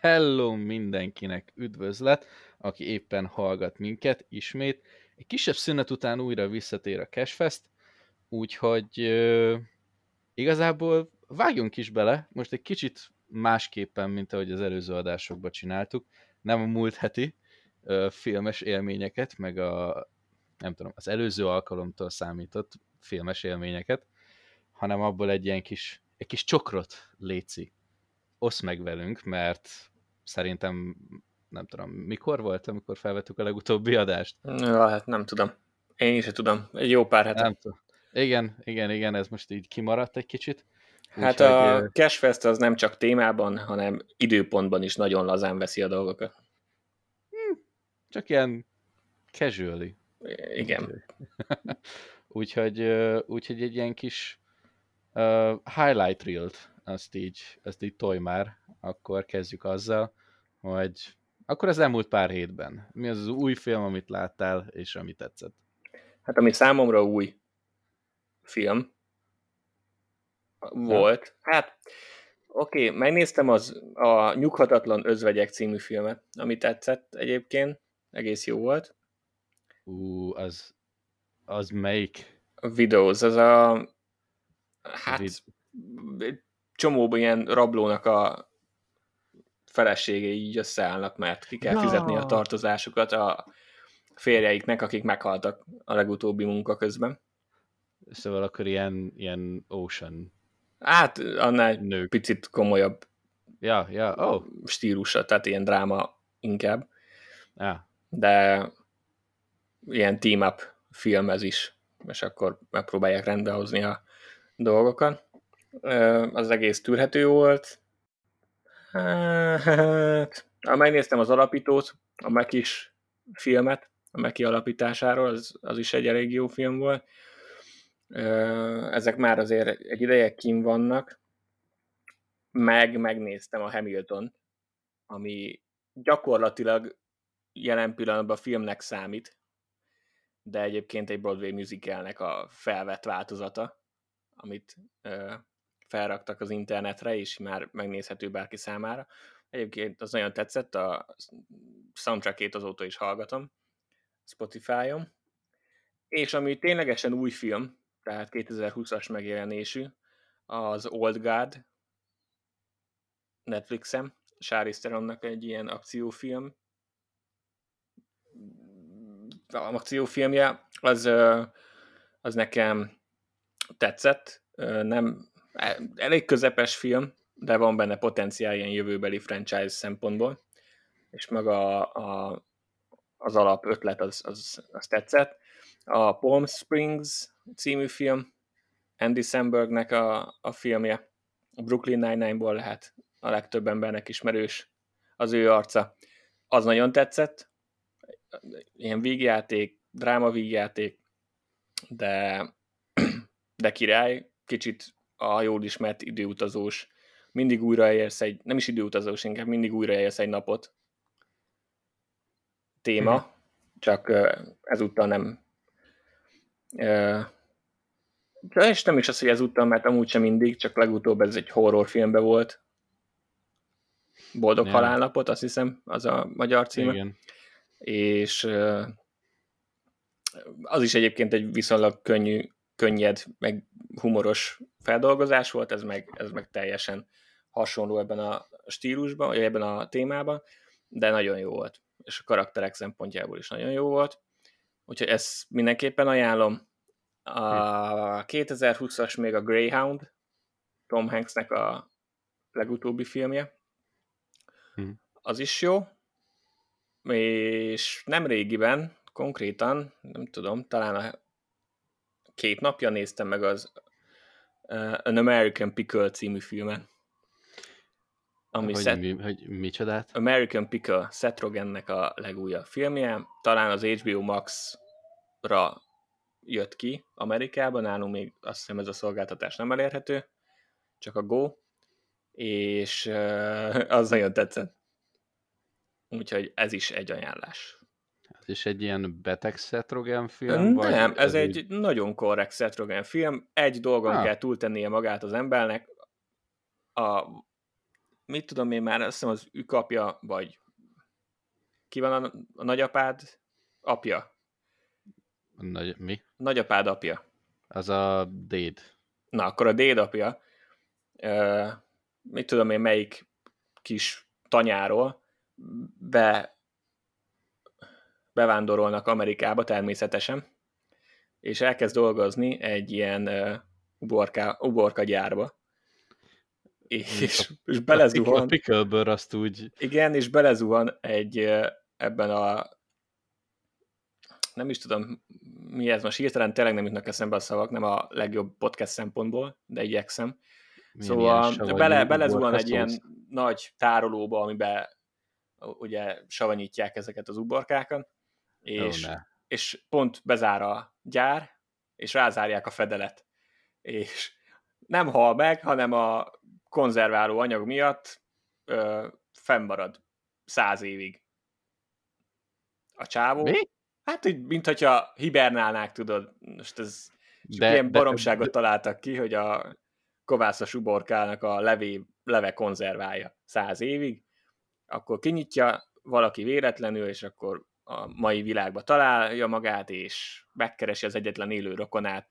Hello mindenkinek, üdvözlet, aki éppen hallgat minket ismét. Egy kisebb szünet után újra visszatér a Cashfest, úgyhogy igazából vágjunk is bele, most egy kicsit másképpen, mint ahogy az előző adásokban csináltuk, nem a múlt heti filmes élményeket, meg nem tudom, az előző alkalomtól számított filmes élményeket, hanem abból egy kis csokrot létszik. Oszd meg velünk, mert szerintem nem tudom, mikor volt, amikor felvettük a legutóbbi adást? Ja, hát nem tudom. Én is tudom. Egy jó pár hete. Nem tudom. Igen, ez most így kimaradt egy kicsit. Hát Úgyhogy a Cashfest az nem csak témában, hanem időpontban is nagyon lazán veszi a dolgokat. csak ilyen casually. Igen. Úgyhogy egy ilyen kis highlight reel-t, azt így tolj már, akkor kezdjük azzal, hogy akkor az elmúlt pár hétben. Mi az új film, amit láttál, és ami tetszett? Hát ami számomra új film volt. Hát oké, megnéztem a Nyughatatlan özvegyek című filmet, ami tetszett egyébként. Egész jó volt. Az melyik? A Widows, az hát egy csomóban ilyen rablónak a feleségei így összeállnak, mert ki kell fizetni a tartozásukat a férjeiknek, akik meghaltak a legutóbbi munka közben. Szóval akkor ilyen Ocean Hát annál nők. picit komolyabb Oh. stílusa, tehát ilyen dráma inkább. Ja. De ilyen team-up film ez is, és akkor megpróbálják rendbehozni a dolgokat. Az egész tűrhető volt. Hát, megnéztem az alapítót, a Mekis filmet, a Meki alapításáról, az is egy elég jó film volt. Ezek már azért egy ideje kim vannak. Megnéztem a Hamilton, ami gyakorlatilag jelen pillanatban filmnek számít, de egyébként egy Broadway musicalnek a felvett változata, amit felraktak az internetre, és már megnézhető bárki számára. Egyébként az nagyon tetszett, a soundtrackét azóta is hallgatom Spotify-on. És ami ténylegesen új film, tehát 2020-as megjelenésű, az Old Guard Netflixen, Charlize Theronnak egy ilyen akciófilmje, az nekem tetszett. Nem, elég közepes film, de van benne potenciál ilyen jövőbeli franchise szempontból, és maga az alap ötlet az tetszett. A Palm Springs című film, Andy Sambergnek a filmje, a Brooklyn Nine-Nine-ból lehet a legtöbb embernek ismerős az ő arca. Az nagyon tetszett, ilyen vígjáték, dráma vígjáték, de király, kicsit a jól ismert időutazós, mindig újraélsz nem is időutazós, inkább mindig újraélsz egy napot téma, csak ezúttal nem. És nem is az, hogy ezúttal, mert amúgy sem mindig, csak legutóbb ez egy horrorfilmbe volt. Boldog halálnapot, azt hiszem, az a magyar címe. Igen. És az is egyébként egy viszonylag könnyed, meg humoros feldolgozás volt, ez meg teljesen hasonló ebben a stílusban, vagy ebben a témában, de nagyon jó volt. És a karakterek szempontjából is nagyon jó volt. Úgyhogy ezt mindenképpen ajánlom. A 2020-as még a Greyhound, Tom Hanksnek a legutóbbi filmje. Az is jó. És nem régiben, konkrétan, nem tudom, talán 2 napja néztem meg az An American Pickle című filmet. Hogy micsodát? American Pickle, Seth Rogennek a legújabb filmje. Talán az HBO Max-ra jött ki Amerikában, nálunk még azt hiszem ez a szolgáltatás nem elérhető, csak a Go, és az nagyon tetszett. Úgyhogy ez is egy ajánlás. Ez is egy ilyen beteg Seth Rogen film? Nem, vagy ez egy nagyon korrekt Seth Rogen film. Egy dolgon kell túltennie magát az embernek, mit tudom én már, azt hiszem az ükapja, vagy ki van a nagyapád apja? Mi? Nagyapád apja. Az a déd. Na, akkor a dédapja, mit tudom én, melyik kis tanyáról bevándorolnak Amerikába természetesen, és elkezd dolgozni egy ilyen uborka gyárba. És belezuhan. A Pickleből azt úgy... Igen, és belezuhan ebben a nem is tudom, mi ez most hirtelen tényleg nem jutnak eszembe a szavak, nem a legjobb podcast szempontból, de igyekszem. Szóval belezuhan egy ilyen nagy tárolóba, amiben ugye savanyítják ezeket az uborkákat, és pont bezár a gyár, és rázárják a fedelet. És nem hal meg, hanem a konzerváló anyag miatt fennmarad 100 évig. A csávó. Mi? Hát úgy, mint hogyha hibernálnák, tudod. Most ez csak ilyen baromságot találtak ki, hogy a kovászos uborkának a leve konzerválja 100 évig, akkor kinyitja valaki véletlenül, és akkor a mai világba találja magát, és megkeresi az egyetlen élő rokonát.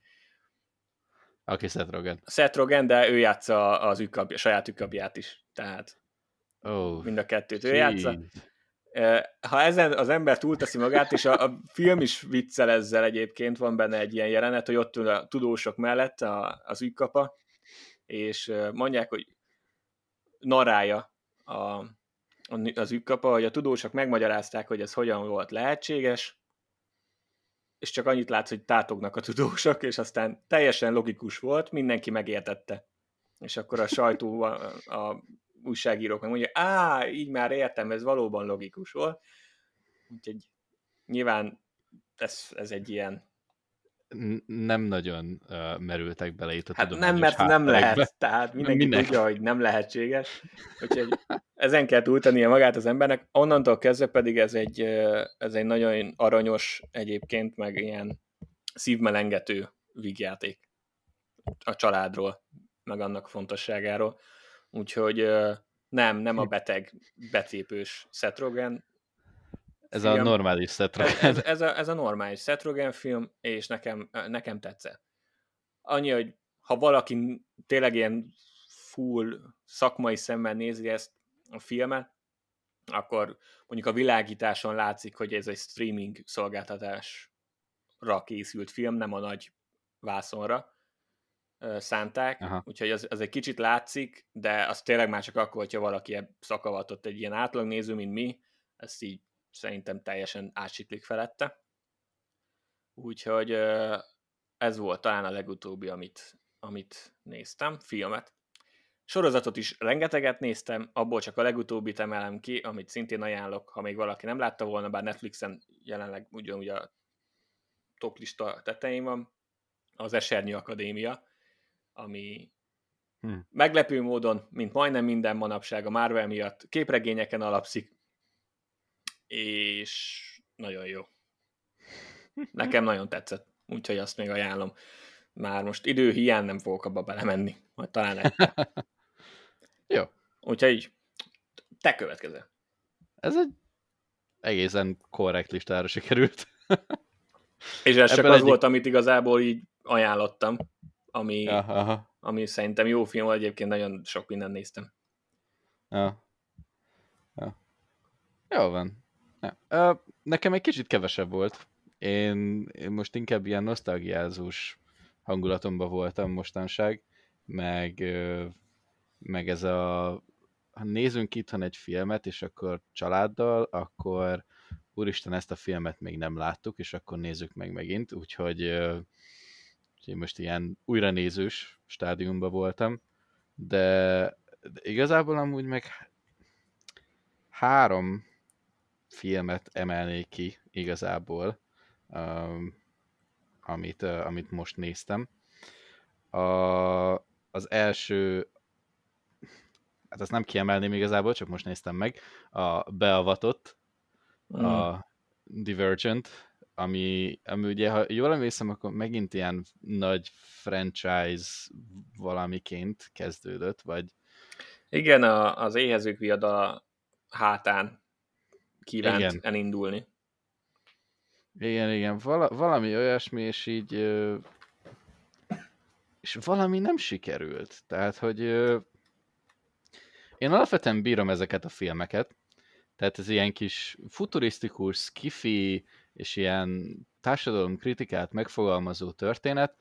Aki Seth Rogen. Seth Rogen, de ő játsza az saját ükapját is. Tehát mind a kettőt ő játsza. Ha ezen az ember túlteszi magát, és a film is viccel ezzel egyébként, van benne egy ilyen jelenet, hogy ott ül a tudósok mellett az ügykapa, és mondják, hogy narrálja az ügykapa, hogy a tudósok megmagyarázták, hogy ez hogyan volt lehetséges, és csak annyit látsz, hogy tátognak a tudósok, és aztán teljesen logikus volt, mindenki megértette. És akkor a sajtó, a újságírók meg mondja, így már értem, ez valóban logikus volt. Úgyhogy nyilván ez egy ilyen... Nem nagyon merültek bele itt a tudományos nem, mert nem lehet, tehát mindenki tudja, hogy nem lehetséges. Úgyhogy ezen kell túltennie magát az embernek. Onnantól kezdve pedig ez egy nagyon aranyos egyébként, meg ilyen szívmelengető vígjáték a családról, meg annak fontosságáról. Úgyhogy nem a beteg, betépős Seth Rogen ez film. A normális Seth Rogen. Ez a normális Seth Rogen film, és nekem tetszett. Annyi, hogy ha valaki tényleg ilyen full szakmai szemmel nézi ezt a filmet, akkor mondjuk a világításon látszik, hogy ez egy streaming szolgáltatásra készült film, nem a nagy vászonra szánták, Aha. úgyhogy az egy kicsit látszik, de az tényleg már csak akkor, hogyha valaki szakavatott, egy ilyen átlagnéző, mint mi, ezt így szerintem teljesen átsiklik felette. Úgyhogy ez volt talán a legutóbbi, amit néztem, filmet. Sorozatot is rengeteget néztem, abból csak a legutóbbit emelem ki, amit szintén ajánlok, ha még valaki nem látta volna, bár Netflixen jelenleg ugyanúgy a top lista tetején van, az Esernyő Akadémia, ami meglepő módon, mint majdnem minden manapság a Marvel miatt, képregényeken alapszik, és nagyon jó. Nekem nagyon tetszett, úgyhogy azt még ajánlom. Már most idő hiány nem fogok abba belemenni, majd talán egyszer. Jó. Úgyhogy te következel. Ez egy egészen korrekt listára sikerült. És ez csak az volt, amit igazából így ajánlottam, ami szerintem jó film, egyébként nagyon sok mindent néztem. Ja. Jó van. Ja. Nekem egy kicsit kevesebb volt. Én most inkább ilyen nosztalgiázós hangulatomban voltam mostanság, meg ez ha nézünk itthon egy filmet, és akkor családdal, akkor úristen, ezt a filmet még nem láttuk, és akkor nézzük meg megint, úgyhogy én most ilyen újranézős stádiumban voltam, de igazából amúgy meg 3 filmet emelnék ki igazából, amit most néztem. Az első, hát azt nem kiemelném igazából, csak most néztem meg, a Beavatott, a Divergent, ami ugye, ha jól emlékszem, akkor megint ilyen nagy franchise valamiként kezdődött, vagy Igen, az éhezők viadala hátán kívánt Igen. elindulni. Igen, valami olyasmi, és így és valami nem sikerült. Tehát, hogy én alapvetően bírom ezeket a filmeket, tehát ez ilyen kis futurisztikus, sci-fi és ilyen társadalomkritikát megfogalmazó történet.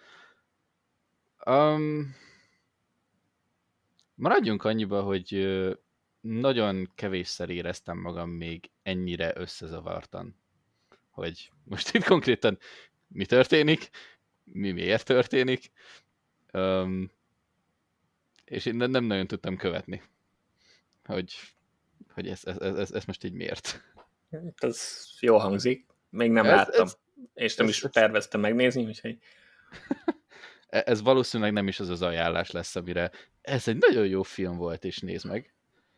Um, Maradjunk annyiba, hogy nagyon kevésszer éreztem magam még ennyire összezavartan, hogy most itt konkrétan mi történik, mi miért történik, um, és én nem nagyon tudtam követni, hogy, hogy ez most így miért. Ez jól hangzik. Még nem Ez, láttam. ez, És nem ez, is ez, terveztem megnézni, úgyhogy... ez valószínűleg nem is az az ajánlás lesz, amire ez egy nagyon jó film volt, és nézd meg.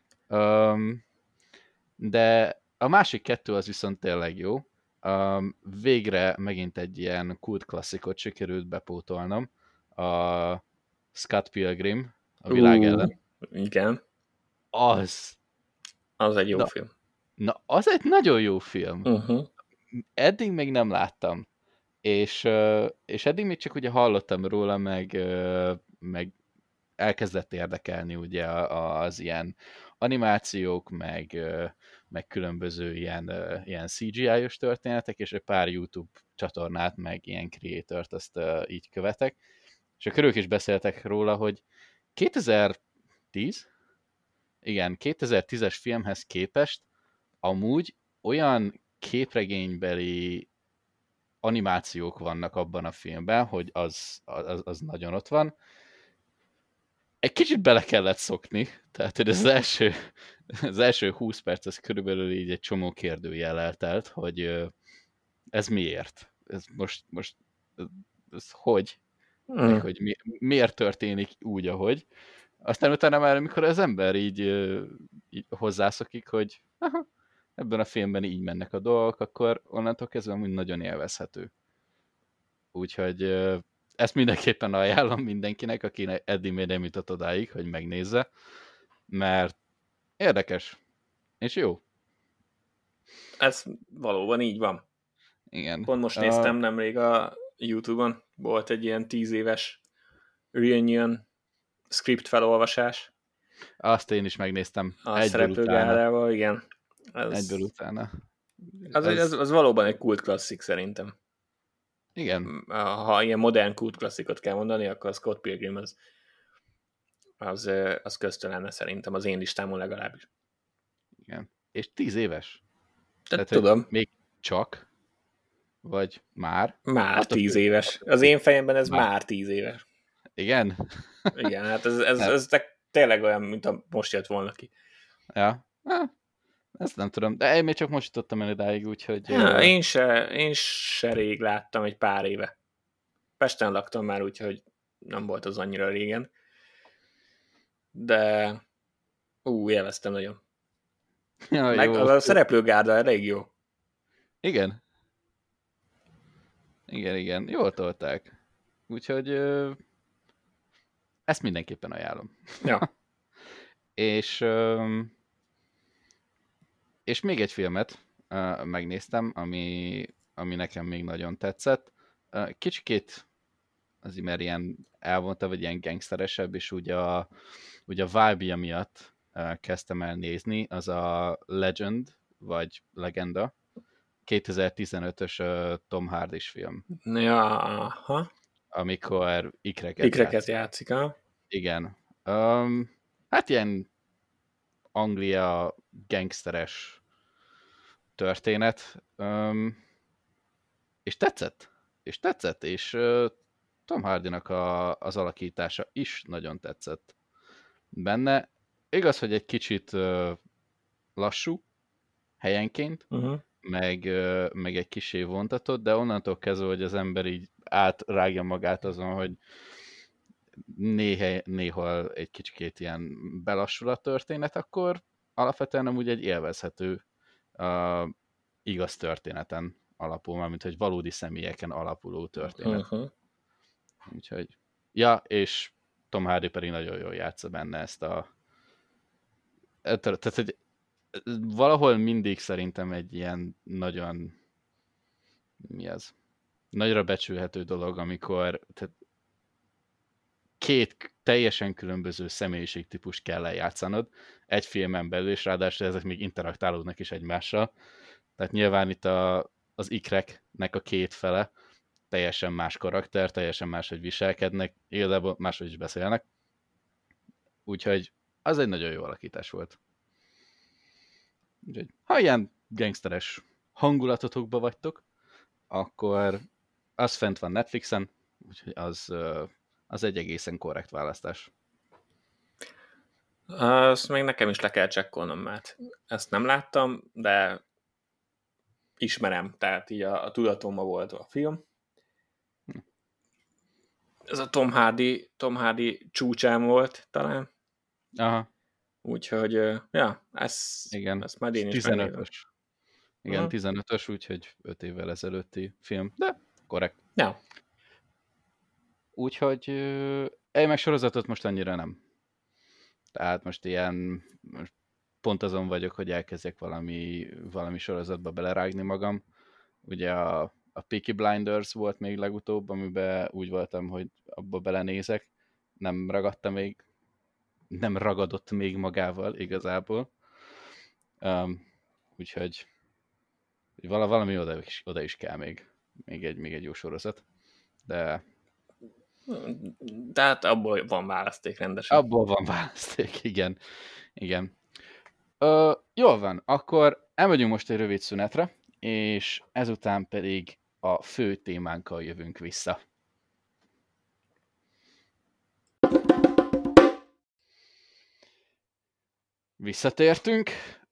De a másik kettő az viszont tényleg jó. Végre megint egy ilyen kult klasszikot sikerült bepótolnom. A Scott Pilgrim, a világ ellen. Igen. Az, Az egy jó na, film. az egy nagyon jó film. Uh-huh. Eddig még nem láttam. És eddig még csak ugye hallottam róla, meg elkezdett érdekelni ugye az ilyen animációk, meg különböző ilyen CGI-os történetek, és egy pár YouTube csatornát, meg ilyen creatort azt így követek. És akkor ők is beszéltek róla, hogy 2010, igen, 2010-es filmhez képest amúgy olyan képregénybeli animációk vannak abban a filmben, hogy az nagyon ott van. Egy kicsit bele kellett szokni, tehát hogy az első 20 perc az körülbelül így egy csomó kérdőjel eltelt, hogy ez miért? Ez most ez hogy? Meg hogy miért történik úgy, ahogy? Aztán utána már, amikor az ember így hozzászokik, hogy aha, ebben a filmben így mennek a dolgok, akkor onnantól kezdve úgy nagyon élvezhető. Úgyhogy ezt mindenképpen ajánlom mindenkinek, aki eddig még nem jutott odáig, hogy megnézze, mert érdekes, és jó. Ez valóban így van. Igen. Pont most néztem nemrég a YouTube-on, volt egy ilyen 10 éves reunion script felolvasás. Azt én is megnéztem. A Egyből utána. szereplőgárával, igen. Egyből utána. Az valóban egy kult klasszik szerintem. Igen. Ha ilyen modern kult klasszikot kell mondani, akkor a Scott Pilgrim az köztől lenne szerintem, az én listámon legalábbis. Igen. És 10 éves. Tehát tudom. Még csak, vagy már. Már 10 éves. Az én fejemben ez már 10 éves. Igen? Igen, hát ez tényleg olyan, mint a most jött volna ki. Ja. Ezt nem tudom, de én még csak most jutottam el idáig, úgyhogy... Ja, én se rég láttam, egy pár éve. Pesten laktam már, úgyhogy nem volt az annyira régen. De élveztem nagyon. Ja, Meg jó. a szereplőgárda elég jó. Igen. Igen. Jól tolták. Úgyhogy ezt mindenképpen ajánlom. Ja. És még egy filmet megnéztem, ami nekem még nagyon tetszett. Kicsikét az mert ilyen elvonta, vagy ilyen gangsteresebb, és ugye a vibe-ja miatt kezdtem el nézni, az a Legend, vagy Legenda, 2015-ös Tom Hardy-s film. Ja, aha. Amikor ikreket játszik, ha? Igen. Hát ilyen Anglia gangsteres történet. És tetszett, és Tom Hardy-nak az alakítása is nagyon tetszett benne. Igaz, hogy egy kicsit lassú helyenként, meg egy kissé vontatott, de onnantól kezdve, hogy az ember így átrágja magát azon, hogy néhol egy kicsikét ilyen belassul a történet, akkor alapvetően amúgy egy élvezhető igaz történeten alapul, mármint hogy valódi személyeken alapuló történet. Úgyhogy, ja, és Tom Hardy pedig nagyon jól játsza benne ezt a Tehát, hogy valahol mindig szerintem egy ilyen nagyon, mi az? Nagyra becsülhető dolog, amikor tehát két teljesen különböző személyiségtípust kell eljátszanod egy filmen belül, és ráadásul ezek még interaktálódnak is egymással. Tehát nyilván itt az ikreknek a két fele teljesen más karakter, teljesen máshogy viselkednek, igazából máshogy is beszélnek. Úgyhogy az egy nagyon jó alakítás volt. Úgyhogy, ha ilyen gangsteres hangulatotokba vagytok, akkor az fent van Netflixen, úgyhogy az egy egészen korrekt választás. Azt még nekem is le kell csekkolnom, mert ezt nem láttam, de ismerem, tehát így a tudatomban volt a film. Ez a Tom Hardy csúcsán volt talán. Aha. Úgyhogy, ja, ezt majd én is 15-ös. Igen, 15-ös, uh-huh. úgyhogy 5 évvel ezelőtti film, de korrekt. Ja. Úgyhogy én meg sorozatot most annyira nem. Tehát most pont azon vagyok, hogy elkezdjek valami sorozatba belerágni magam. Ugye a Peaky Blinders volt még legutóbb, amiben úgy voltam, hogy abba belenézek. Nem ragadott még magával igazából. Úgyhogy valami oda is kell még egy jó sorozat. De hát abból van választék rendesen. Abból van választék, igen. Igen. Jól van, akkor elmegyünk most egy rövid szünetre, és ezután pedig a fő témánkkal jövünk vissza. Visszatértünk.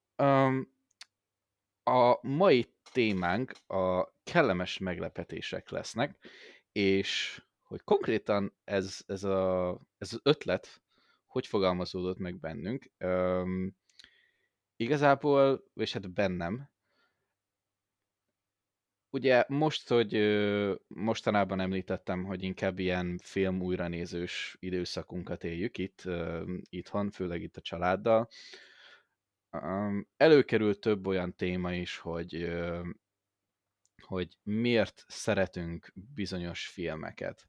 A mai témánk a kellemes meglepetések lesznek, és hogy konkrétan ez az ötlet hogy fogalmazódott meg bennünk. Igazából, és hát bennem, ugye most, hogy mostanában említettem, hogy inkább ilyen film újranézős időszakunkat éljük itthon, főleg itt a családdal, előkerült több olyan téma is, hogy miért szeretünk bizonyos filmeket.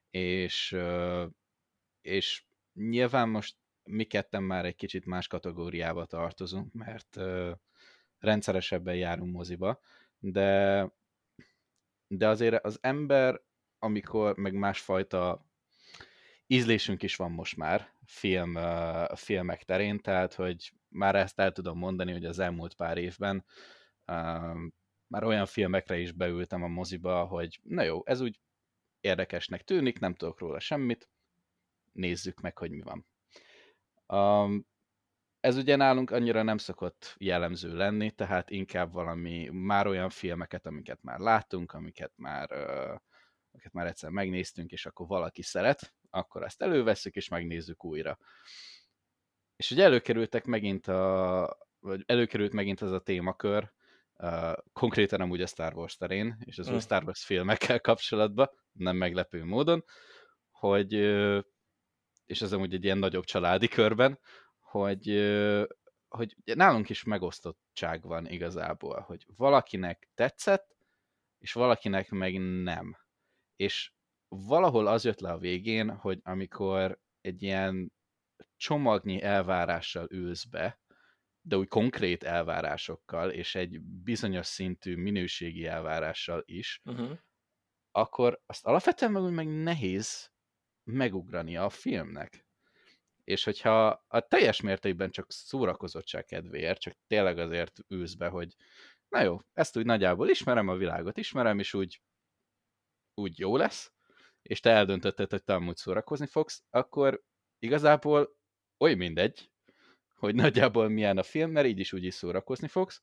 És nyilván most mi ketten már egy kicsit más kategóriába tartozunk, mert rendszeresebben járunk moziba, de azért az ember, amikor meg másfajta ízlésünk is van most már filmek terén, tehát hogy már ezt el tudom mondani, hogy az elmúlt pár évben már olyan filmekre is beültem a moziba, hogy na jó, ez úgy érdekesnek tűnik, nem tudok róla semmit, nézzük meg, hogy mi van. Ez ugye nálunk annyira nem szokott jellemző lenni, tehát inkább már olyan filmeket, amiket már láttunk, amiket már egyszer megnéztünk, és akkor valaki szeret, akkor azt elővesszük, és megnézzük újra. És ugye előkerült megint az a témakör, konkrétan amúgy a Star Wars terén, és az új Star Wars filmekkel kapcsolatban, nem meglepő módon, hogy, és ez amúgy egy ilyen nagyobb családi körben, hogy nálunk is megosztottság van igazából, hogy valakinek tetszett, és valakinek meg nem. És valahol az jött le a végén, hogy amikor egy ilyen csomagnyi elvárással ülsz be, de úgy konkrét elvárásokkal, és egy bizonyos szintű minőségi elvárással is, akkor azt alapvetően meg nehéz megugrani a filmnek. És hogyha a teljes mértékben csak szórakozottság kedvéért, csak tényleg azért ülsz be, hogy na jó, ezt úgy nagyjából ismerem, a világot ismerem, és úgy jó lesz, és te eldöntötted, hogy te amúgy szórakozni fogsz, akkor igazából oly mindegy, hogy nagyjából milyen a film, mert így is úgy is szórakozni fogsz.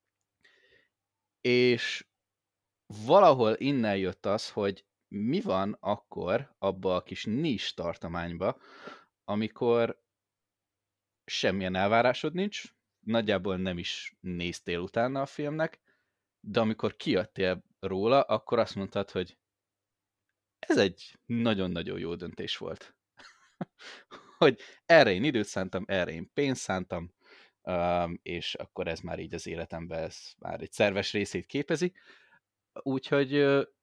És valahol innen jött az, hogy mi van akkor abba a kis nis tartományba, amikor semmilyen elvárásod nincs, nagyjából nem is néztél utána a filmnek, de amikor kijöttél róla, akkor azt mondtad, hogy ez egy nagyon-nagyon jó döntés volt. Hogy erre én időt szántam, erre én pénzt szántam, és akkor ez már így az életemben ez már egy szerves részét képezi. Úgyhogy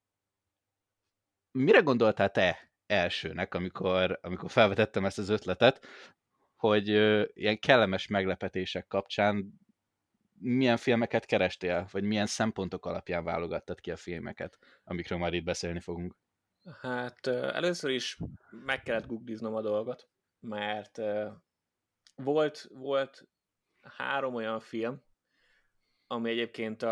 mire gondoltál te elsőnek, amikor felvetettem ezt az ötletet, hogy ilyen kellemes meglepetések kapcsán milyen filmeket kerestél, vagy milyen szempontok alapján válogattad ki a filmeket, amikről majd itt beszélni fogunk? Hát először is meg kellett googliznom a dolgot, mert volt 3 olyan film, ami egyébként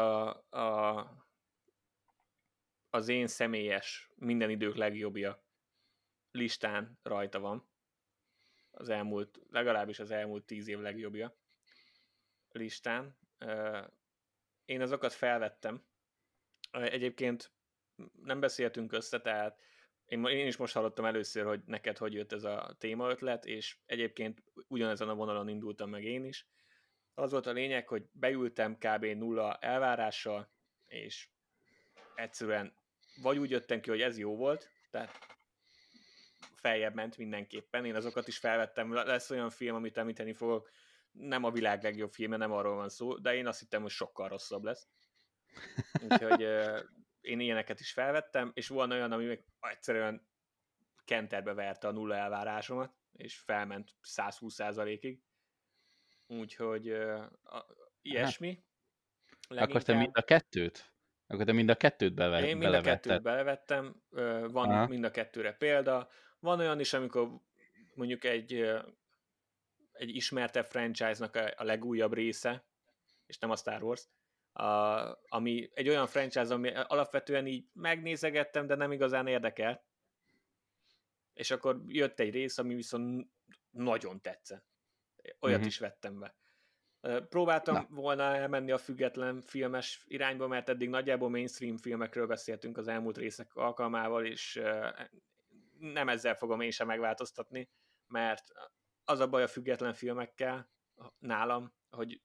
az én személyes minden idők legjobbja listán rajta van. Legalábbis az elmúlt 10 év legjobbja listán. Én azokat felvettem. Egyébként nem beszéltünk össze, tehát én is most hallottam először, hogy neked hogy jött ez a témaötlet, és egyébként ugyanezen a vonalon indultam meg én is. Az volt a lényeg, hogy beültem kb. 0 elvárással, és egyszerűen vagy úgy jöttem ki, hogy ez jó volt, tehát feljebb ment mindenképpen, én azokat is felvettem, lesz olyan film, amit említeni fogok, nem a világ legjobb filme, nem arról van szó, de én azt hittem, hogy sokkal rosszabb lesz. Úgyhogy én ilyeneket is felvettem, és volna olyan, ami meg egyszerűen kenterbe verte a 0 elvárásomat, és felment 120%-ig. Úgyhogy Hát, ilyesmi. akkor te mind Leginkább a kettőt? Akkor te mind a kettőt én mind a kettőt belevetted? belevettem, van Aha. mind a kettőre példa. Van olyan is, amikor mondjuk egy ismertebb franchise-nak a legújabb része, és nem a Star Wars, ami egy olyan franchise, ami alapvetően így megnézegettem, de nem igazán érdekel, és akkor jött egy rész, ami viszont nagyon tetszett. Olyat Uh-huh. is vettem be. Próbáltam Na, volna elmenni a független filmes irányba, mert eddig nagyjából mainstream filmekről beszéltünk az elmúlt részek alkalmával, és nem ezzel fogom én sem megváltoztatni, mert az a baj a független filmekkel nálam, hogy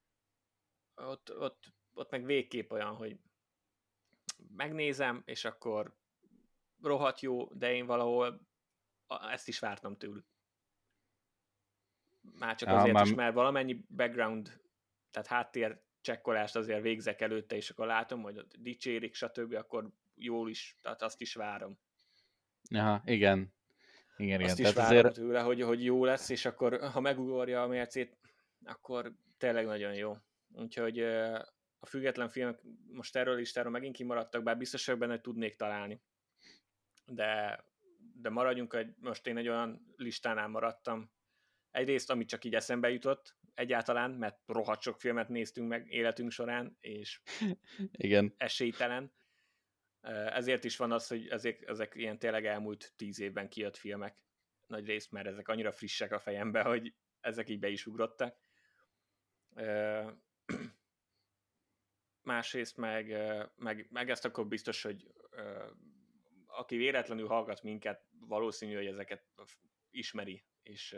ott meg végképp olyan, hogy megnézem, és akkor rohadt jó, de én valahol ezt is vártam tőlük. Már csak aha, azért is, már, mert valamennyi background, tehát háttér csekkolást azért végzek előtte, és akkor látom, hogy dicsérik, stb., akkor jól is, tehát azt is várom. aha, igen, igen, Azt is tehát várom azért, tőle, hogy jó lesz, és akkor ha megugorja a mércét, akkor tényleg nagyon jó. Úgyhogy a független filmek most erről listáról megint kimaradtak, bár biztos vagyok benne, hogy tudnék találni. De maradjunk, most én egy olyan listánál maradtam. Egyrészt, ami csak így eszembe jutott egyáltalán, mert rohadt sok filmet néztünk meg életünk során, és igen, esélytelen. Ezért is van az, hogy ezek ilyen tényleg elmúlt 10 évben kijött filmek. Nagy részt, mert ezek annyira frissek a fejembe, hogy ezek így be is ugrottak. Másrészt meg ezt akkor biztos, hogy aki véletlenül hallgat minket, valószínű, hogy ezeket ismeri, és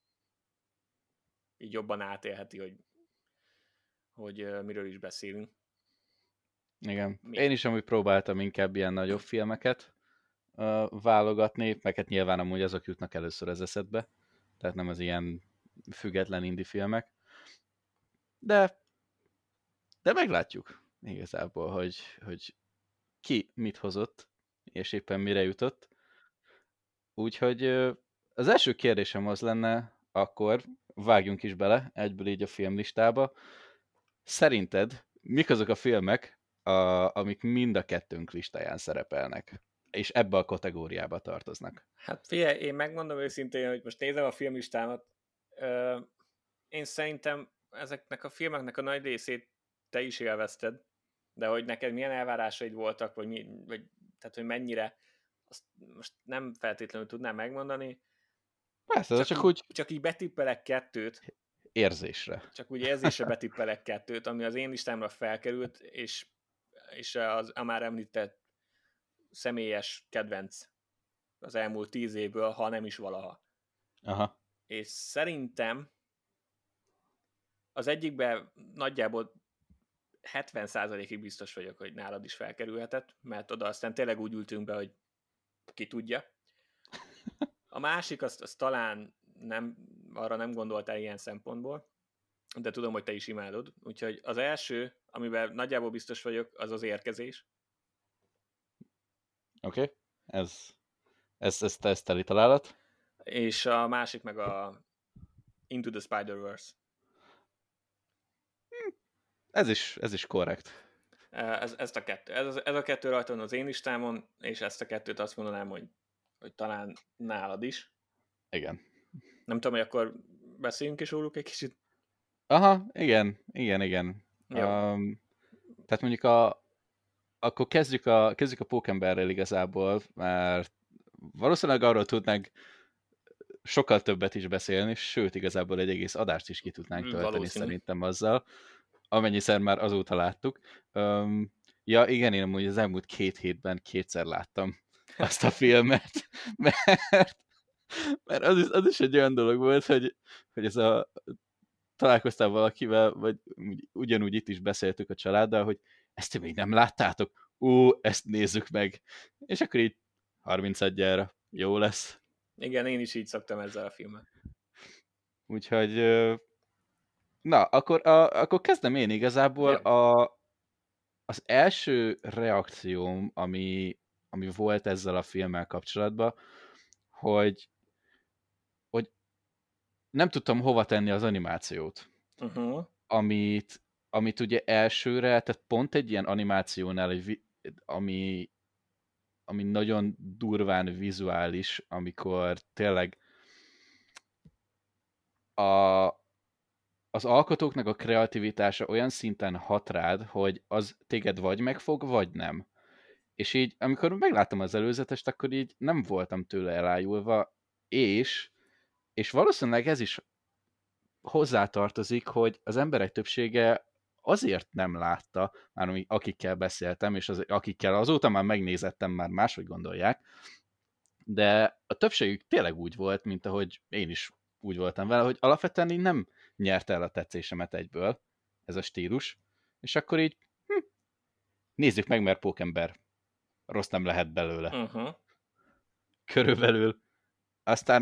így jobban átélheti, hogy miről is beszélünk. igen. Mi? Én is amúgy próbáltam inkább ilyen nagyobb filmeket válogatni, meg hát nyilván amúgy azok jutnak először az eszedbe, tehát nem az ilyen független indie filmek, de, de meglátjuk igazából, hogy ki mit hozott, és éppen mire jutott. Úgyhogy az első kérdésem az lenne, akkor vágjunk is bele egyből így a filmlistába. Szerinted mik azok a filmek, amik mind a kettőnk listáján szerepelnek, és ebbe a kategóriába tartoznak? Hát figyelj, én megmondom őszintén, hogy most nézem a filmlistámat, én szerintem ezeknek a filmeknek a nagy részét te is élvezted, de hogy neked milyen elvárásaid voltak, vagy tehát hogy mennyire, azt most nem feltétlenül tudnám megmondani, Persze, de csak úgy csak így betippelek kettőt, érzésre. csak úgy érzésre betippelek kettőt, ami az én listámra felkerült, és a már említett személyes kedvenc az elmúlt 10 évből, ha nem is valaha. Aha. És szerintem az egyikben nagyjából 70%-ig biztos vagyok, hogy nálad is felkerülhetett, mert oda aztán tényleg úgy ültünk be, hogy ki tudja. A másik, azt talán arra nem gondoltál ilyen szempontból, de tudom, hogy te is imádod. Úgyhogy az első, amiben nagyjából biztos vagyok, az az Érkezés. Oké? Okay? Ez teszteli találat. És a másik meg a Into the Spider-Verse. Ez is korrekt. Ezt a kettő. Ez a kettő rajta van az én listámon, és ezt a kettőt azt mondanám, hogy talán nálad is. Igen. Nem tudom, hogy akkor beszéljünk is róluk egy kicsit. Aha, igen. Jó. Tehát mondjuk akkor kezdjük a Pókemberrel igazából, mert valószínűleg arról tudnánk sokkal többet is beszélni, sőt, igazából egy egész adást is ki tudnánk tölteni Valószínű. szerintem azzal, amennyiszer már azóta láttuk. Ja, igen, én amúgy az elmúlt 2 hétben 2-szer láttam azt a filmet, mert az is egy olyan dolog volt, hogy ez találkoztál valakivel, vagy ugyanúgy itt is beszéltük a családdal, hogy ezt még nem láttátok? Ezt nézzük meg. És akkor így 31-jára jó lesz. Igen, én is így szoktam ezzel a filmmel. Úgyhogy na, akkor kezdem én igazából. Az első reakcióm, ami volt ezzel a filmmel kapcsolatban, hogy nem tudtam hova tenni az animációt. Amit ugye elsőre, tehát pont egy ilyen animációnál, ami nagyon durván vizuális, amikor tényleg az alkotóknak a kreativitása olyan szinten hat rád, hogy az téged vagy megfog, vagy nem. És így, amikor megláttam az előzetest, akkor így nem voltam tőle elájulva, és valószínűleg ez is hozzátartozik, hogy az emberek többsége azért nem látta, már akikkel beszéltem, és akikkel azóta már megnézettem, már máshogy gondolják, de a többségük tényleg úgy volt, mint ahogy én is úgy voltam vele, hogy alapvetően így nem nyerte el a tetszésemet egyből ez a stílus, és akkor így nézzük meg, mert Pókember rossz nem lehet belőle. Körülbelül. Aztán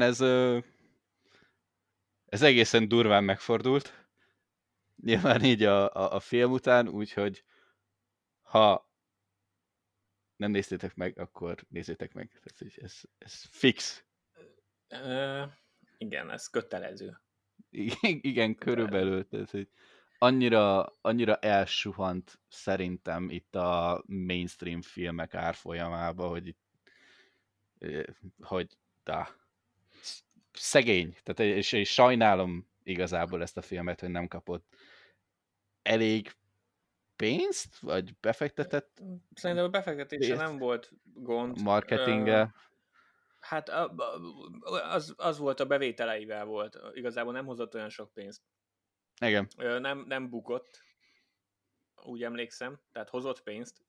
ez egészen durván megfordult, nyilván így a film után, úgyhogy ha nem néztétek meg, akkor nézzétek meg. Ez fix. Igen, ez kötelező. Igen, körülbelül. Tehát, hogy annyira elsuhant szerintem itt a mainstream filmek árfolyamába, hogy szegény. Tehát, és sajnálom igazából ezt a filmet, hogy nem kapott elég pénzt, vagy befektetett? Szerintem a befektetése nem volt gond. Marketinge. Hát az volt, a bevételeivel volt. Igazából nem hozott olyan sok pénzt. Igen. Nem bukott, úgy emlékszem. Tehát hozott pénzt,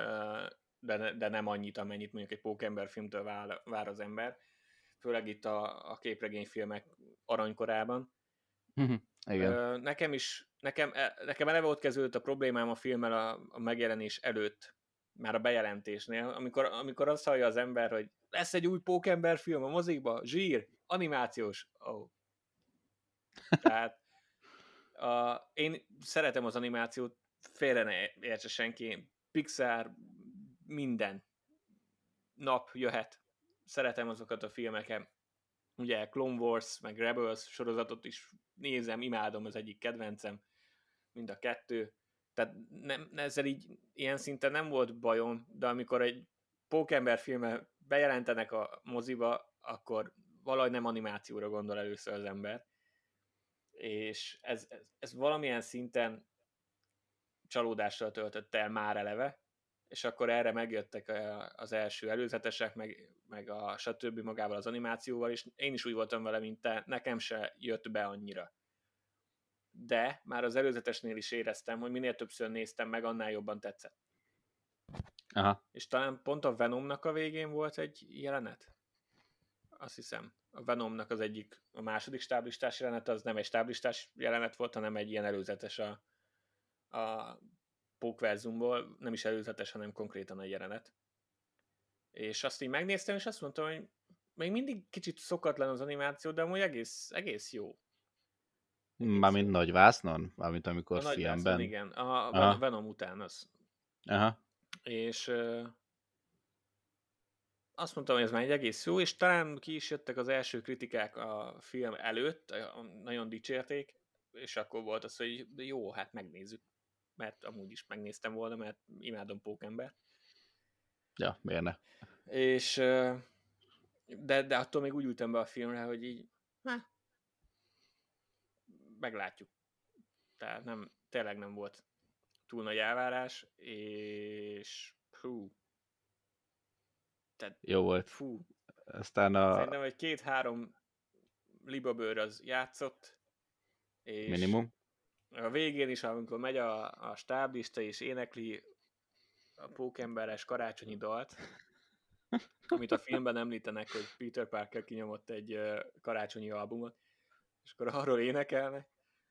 de nem annyit, amennyit mondjuk egy Pókember filmtől vár az ember. Főleg itt a képregényfilmek aranykorában. Igen. Nekem eleve ott kezdődött a problémám a filmmel a megjelenés előtt, már a bejelentésnél, amikor azt hallja az ember, hogy lesz egy új Pókember film a mozikba, zsír, animációs. Oh. Tehát én szeretem az animációt, félre ne értse senki, Pixar, minden nap jöhet. Szeretem azokat a filmeket. Ugye Clone Wars, meg Rebels sorozatot is nézem, imádom, az egyik kedvencem, mind a kettő. Tehát ezzel így ilyen szinten nem volt bajom, de amikor egy Pókember filmet bejelentenek a moziba, akkor valahogy nem animációra gondol először az ember. És ez valamilyen szinten csalódással töltött el már eleve, és akkor erre megjöttek az első előzetesek, meg a stb. Magával az animációval, és én is úgy voltam vele, mint te, nekem se jött be annyira. De már az előzetesnél is éreztem, hogy minél többször néztem meg, annál jobban tetszett. Aha. És talán pont a Venomnak a végén volt egy jelenet? Azt hiszem. A Venomnak a második stáblistás jelenet, az nem egy stáblistás jelenet volt, hanem egy ilyen előzetes a Pókverzumból, nem is előzetes, hanem konkrétan egy jelenet. És azt így megnéztem, és azt mondtam, hogy még mindig kicsit szokatlan az animáció, de amúgy egész jó. egész Mármint jó. nagy vásznon? Mármint A amikor nagy vászon, filmben? igen. A Aha, Venom után az. aha. És azt mondtam, hogy ez már egy egész jó, és talán ki is jöttek az első kritikák a film előtt, nagyon dicsérték, és akkor volt az, hogy jó, hát megnézzük. Mert amúgy is megnéztem volna, mert imádom Pókember. Ja, miért ne? És de attól még úgy ültem be a filmre, hogy így meglátjuk. Tehát tényleg nem volt túl nagy elvárás, és tehát Jó volt. fú, Aztán a szerintem egy 2-3 libabőr az játszott, és minimum. a végén is, amikor megy a stáblista és énekli a pókemberes karácsonyi dalt, amit a filmben említenek, hogy Peter Parker kinyomott egy karácsonyi albumot, és akkor arról énekelnek.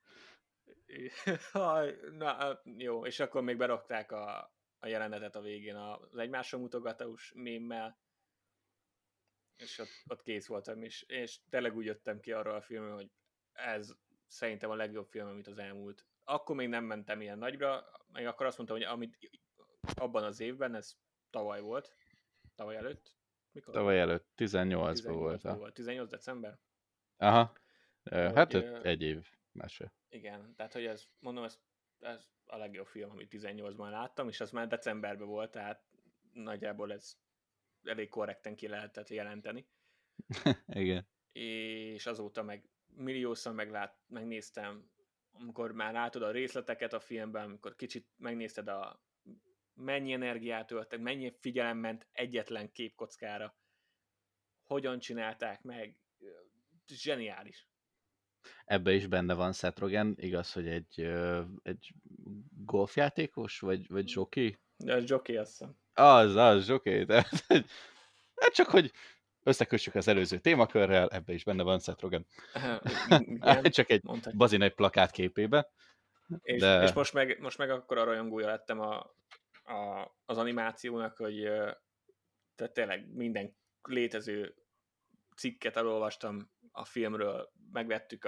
Na, jó, és akkor még berakták a jelenetet a végén az egymásra mutogatós mémmel, és ott kész voltam, és tényleg úgy jöttem ki arról a filmről, hogy ez szerintem a legjobb film, amit az elmúlt. Akkor még nem mentem ilyen nagyra, még akkor azt mondtam, hogy amit abban az évben, ez tavaly volt, tavaly előtt, mikor volt? Tavaly előtt, 18-ban volt 18-ban volt, 18 december, Aha. Hát hogy egy év, másfél. igen, tehát hogy ez, mondom, ez a legjobb film, amit 18-ban láttam, és az már decemberben volt, tehát nagyjából ez elég korrekten ki lehetett jelenteni. Igen. És azóta meg milliószor megnéztem, amikor már látod a részleteket a filmben, amikor kicsit megnézted mennyi energiát öltek, mennyi figyelem ment egyetlen képkockára, hogyan csinálták meg, zseniális. Ebbe is benne van Seth Rogen, igaz, hogy egy golfjátékos, vagy zsoki? De ez Jockey, azt hiszem. Az, zsoki. Hát csak, hogy összekössük az előző témakörrel, ebbe is benne van Seth Rogen. Igen, Csak egy mondhatjuk. bazin egy plakát képébe. És De most meg akkor a rajongója lettem az animációnak, hogy tehát tényleg minden létező cikket elolvastam a filmről, megvettük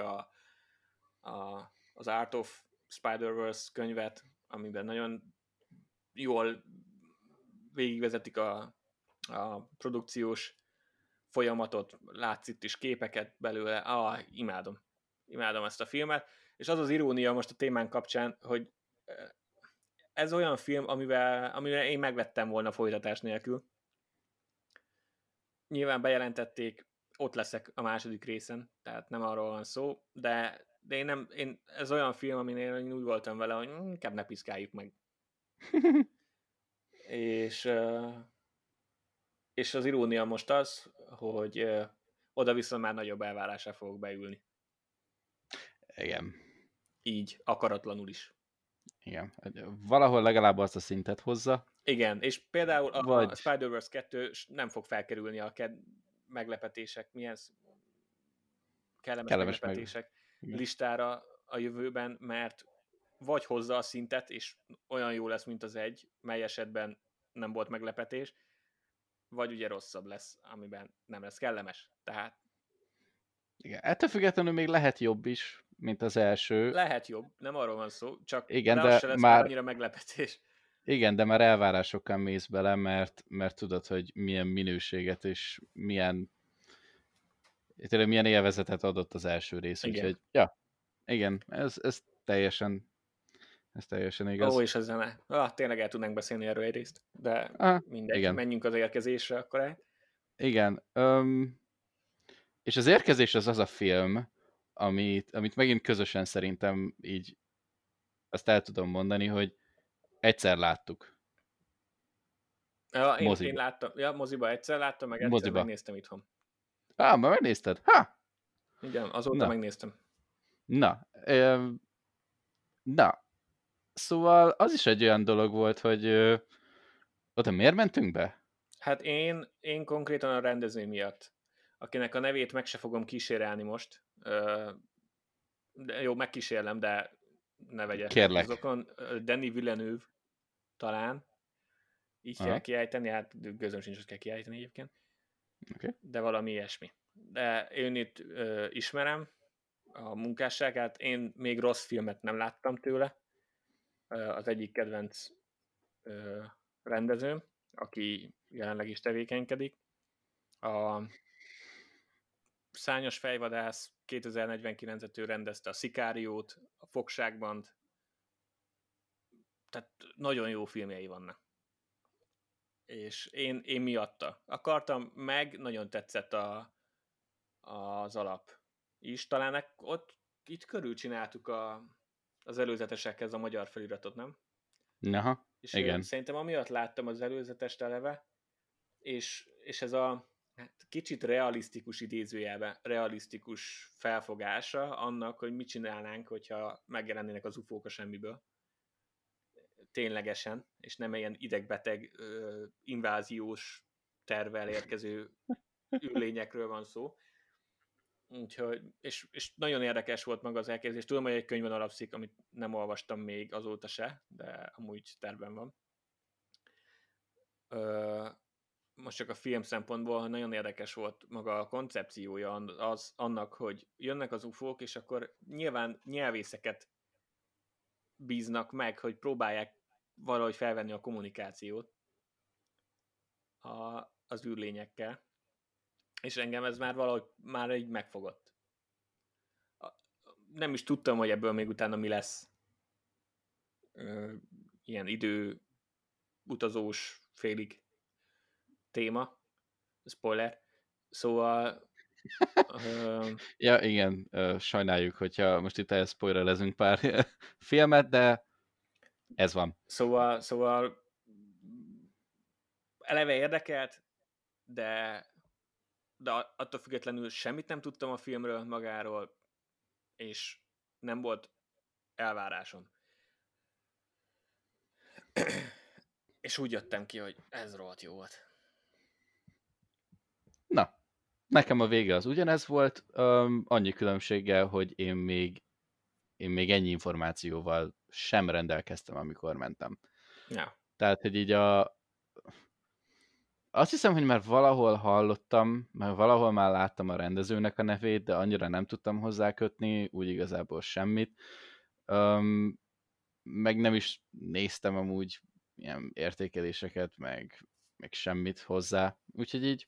az Art of Spider-Verse könyvet, amiben nagyon jól végigvezetik a produkciós folyamatot, látsz itt is képeket belőle, imádom. Imádom ezt a filmet, és az az irónia most a témán kapcsán, hogy ez olyan film, amivel én megvettem volna folytatás nélkül. Nyilván bejelentették, ott leszek a második részen, tehát nem arról van szó, de ez olyan film, aminél én úgy voltam vele, hogy inkább ne piszkáljuk meg. és, és az irónia most az, hogy oda viszont már nagyobb elvárással fogok beülni. igen. Így, akaratlanul is. Igen. Valahol legalább azt a szintet hozza. Igen, és például a Vagy Spider-Verse 2 nem fog felkerülni a meglepetések, kellemes kellemes meg. meglepetések Igen. listára a jövőben, mert vagy hozza a szintet, és olyan jó lesz, mint az egy, mely esetben nem volt meglepetés, vagy ugye rosszabb lesz, amiben nem lesz kellemes. Tehát Igen. Ettől függetlenül még lehet jobb is, mint az első. lehet jobb, nem arról van szó, Igen, de az de se lesz meg már annyira meglepetés. igen, de már elvárásokkal mész bele, mert tudod, hogy milyen minőséget és tényleg milyen élvezetet adott az első rész, Igen. úgyhogy ja, igen, ez teljesen Ó, igaz. és a zene. Tényleg el tudnánk beszélni erről egy részt, de Aha, mindegy, igen, menjünk az érkezésre akkor el. igen. És az érkezés az a film, amit megint közösen szerintem így azt el tudom mondani, hogy egyszer láttuk Én moziba. láttam, moziba egyszer láttam, meg egyszer Moziba. megnéztem itthon. Már megnézted? Ha! Igen, azóta Na, megnéztem. na, na. Szóval az is egy olyan dolog volt, hogy oda miért mentünk be? Hát én konkrétan a rendező miatt, akinek a nevét meg se fogom kísérelni most, de jó, megkísérlem, de ne vegye Kérlek. zokon. Denis Villeneuve talán, így kell Aha, kiejteni, hát gőzöm sincs, hogy kell kiejteni egyébként, okay. de valami ilyesmi. De én itt ismerem, a munkásságát. Én még rossz filmet nem láttam tőle. Az egyik kedvenc rendezőm, aki jelenleg is tevékenykedik. A Szárnyas fejvadász 2049-et ő rendezte, a Szikáriót, a Fogságband, tehát nagyon jó filmjei vannak. És én miatta akartam, meg nagyon tetszett az alap is. Talán ott itt körül csináltuk az előzetesekhez a magyar feliratot, nem? Aha, És igen. szerintem amiatt láttam az előzetest eleve, és ez a kicsit realisztikus idézőjelben, realisztikus felfogása annak, hogy mit csinálnánk, hogyha megjelennének az ufók a semmiből. Ténylegesen, és nem ilyen idegbeteg, inváziós tervvel érkező űrlényekről van szó. Úgyhogy, és nagyon érdekes volt maga az elképzelés. Tudom, hogy egy könyvön alapszik, amit nem olvastam még azóta se, de amúgy tervben van. Most csak a film szempontból nagyon érdekes volt maga a koncepciója annak, hogy jönnek az ufók, és akkor nyilván nyelvészeket bíznak meg, hogy próbálják valahogy felvenni a kommunikációt az űrlényekkel. És engem ez már valahogy már így megfogott. Nem is tudtam, hogy ebből még utána mi lesz. Ilyen utazós félig téma. Spoiler. Szóval... Ja, igen, sajnáljuk, hogyha most itt elspoilerezünk pár filmet, de ez van. Szóval eleve érdekelt, de attól függetlenül semmit nem tudtam a filmről magáról, és nem volt elvárásom. És úgy jöttem ki, hogy ez rohadt jó volt. Na, nekem a vége az ugyanez volt, annyi különbséggel, hogy én még ennyi információval sem rendelkeztem, amikor mentem. Ja. Tehát, hogy így azt hiszem, hogy már valahol hallottam, mert valahol már láttam a rendezőnek a nevét, de annyira nem tudtam hozzá kötni, úgy igazából semmit. Meg nem is néztem amúgy ilyen értékeléseket, meg semmit hozzá. Úgyhogy így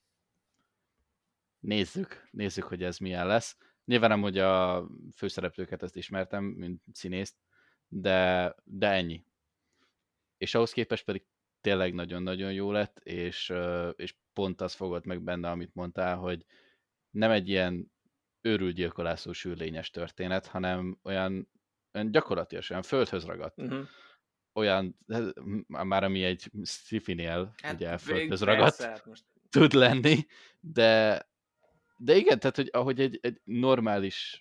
nézzük, hogy ez milyen lesz. Nyilván nem, hogy a főszereplőket ezt ismertem, mint színészt, de ennyi. És ahhoz képest pedig tényleg nagyon-nagyon jó lett, és pont az fogott meg benne, amit mondtál, hogy nem egy ilyen őrült gyilkolászós űrlényes történet, hanem olyan gyakorlatilag olyan földhöz ragadt. Olyan, már ami egy sci-finél ugye földhöz ragadt persze, most... tud lenni, de igen, tehát hogy ahogy egy normális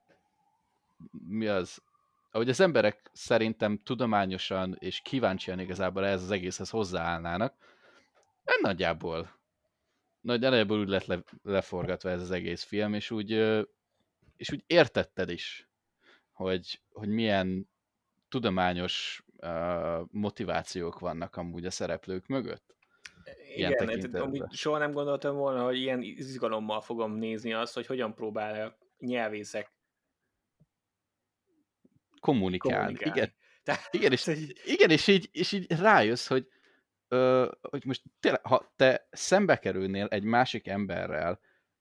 ahogy az emberek szerintem tudományosan és kíváncsian igazából ez az egészhez hozzáállnának, nagyjából úgy lett leforgatva ez az egész film, és úgy értetted is, hogy milyen tudományos motivációk vannak amúgy a szereplők mögött. Igen, amúgy soha nem gondoltam volna, hogy ilyen izgalommal fogom nézni azt, hogy hogyan próbálják nyelvészek kommunikálni. Igen, és így rájössz, hogy most tényleg, ha te szembe kerülnél egy másik emberrel,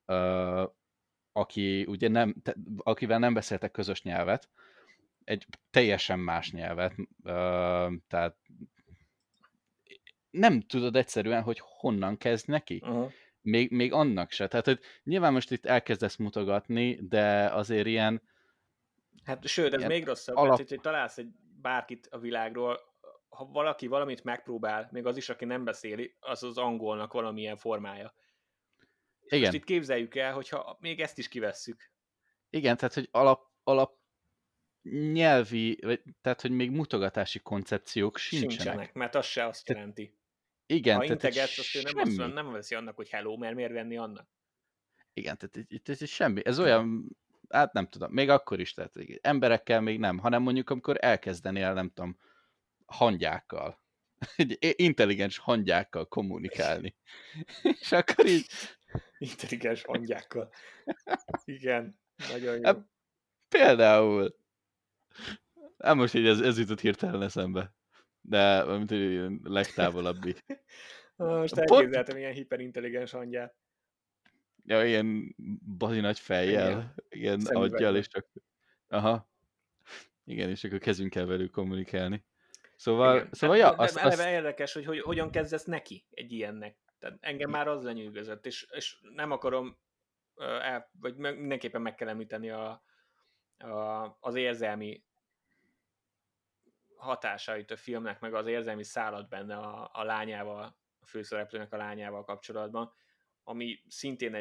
aki ugye akivel nem beszéltek közös nyelvet, egy teljesen más nyelvet, tehát nem tudod egyszerűen, hogy honnan kezd neki. Még annak se. Tehát, hogy nyilván most itt elkezdesz mutogatni, de azért ilyen... Hát sőt, ez még rosszabb, mert hogy találsz bárkit a világról, ha valaki valamit megpróbál, még az is, aki nem beszéli, az az angolnak valamilyen formája. És most itt képzeljük el, hogyha még ezt is kivesszük. Igen, tehát, hogy alap nyelvi, tehát, hogy még mutogatási koncepciók sincsenek. Mert az se azt jelenti. Igen, ha integetsz, azt ő nem veszi annak, hogy hello, mert miért venni annak? Igen, tehát itt semmi. Ez olyan, hát nem tudom, még akkor is, tehát emberekkel még nem, hanem mondjuk amikor elkezdenél, nem tudom, hangyákkal, intelligens hangyákkal kommunikálni. És akkor így... Intelligens hangyákkal. Igen, nagyon jó. Például. Nem most így ez jutott hirtelen eszembe. De mint ilyen legtávolabbi. Most Pont, elképzeltem ilyen hiperintelligens hangját. ja, ilyen bazi nagy fejjel, Igen, ilyen aggyal, és szemüvegben. csak... Aha, igen, és akkor kezdünk kell velük kommunikálni. Szóval, Igen, szóval ja, de eleve azt érdekes, hogy hogyan kezdesz neki egy ilyennek. Tehát engem már az lenyűgözött, és nem akarom, vagy mindenképpen meg kell említeni az érzelmi hatásait a filmnek, meg az érzelmi szállat benne a lányával, a főszereplőnek a lányával kapcsolatban, ami szintén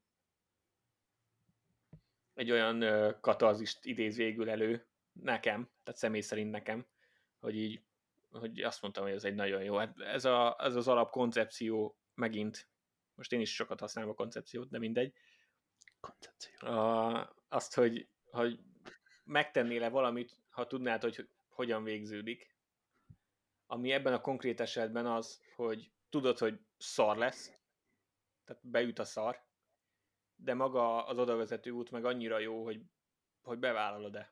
egy olyan katarzist idéz végül elő nekem, tehát személy szerint nekem, hogy azt mondtam, hogy ez egy nagyon jó. Hát ez az alapkoncepció megint, most én is sokat használom a koncepciót, de mindegy. koncepció. Azt, hogy megtennél-e valamit, ha tudnád, hogy hogyan végződik, ami ebben a konkrét esetben az, hogy tudod, hogy szar lesz, tehát beüt a szar, de maga az odavezető út meg annyira jó, hogy bevállalod-e.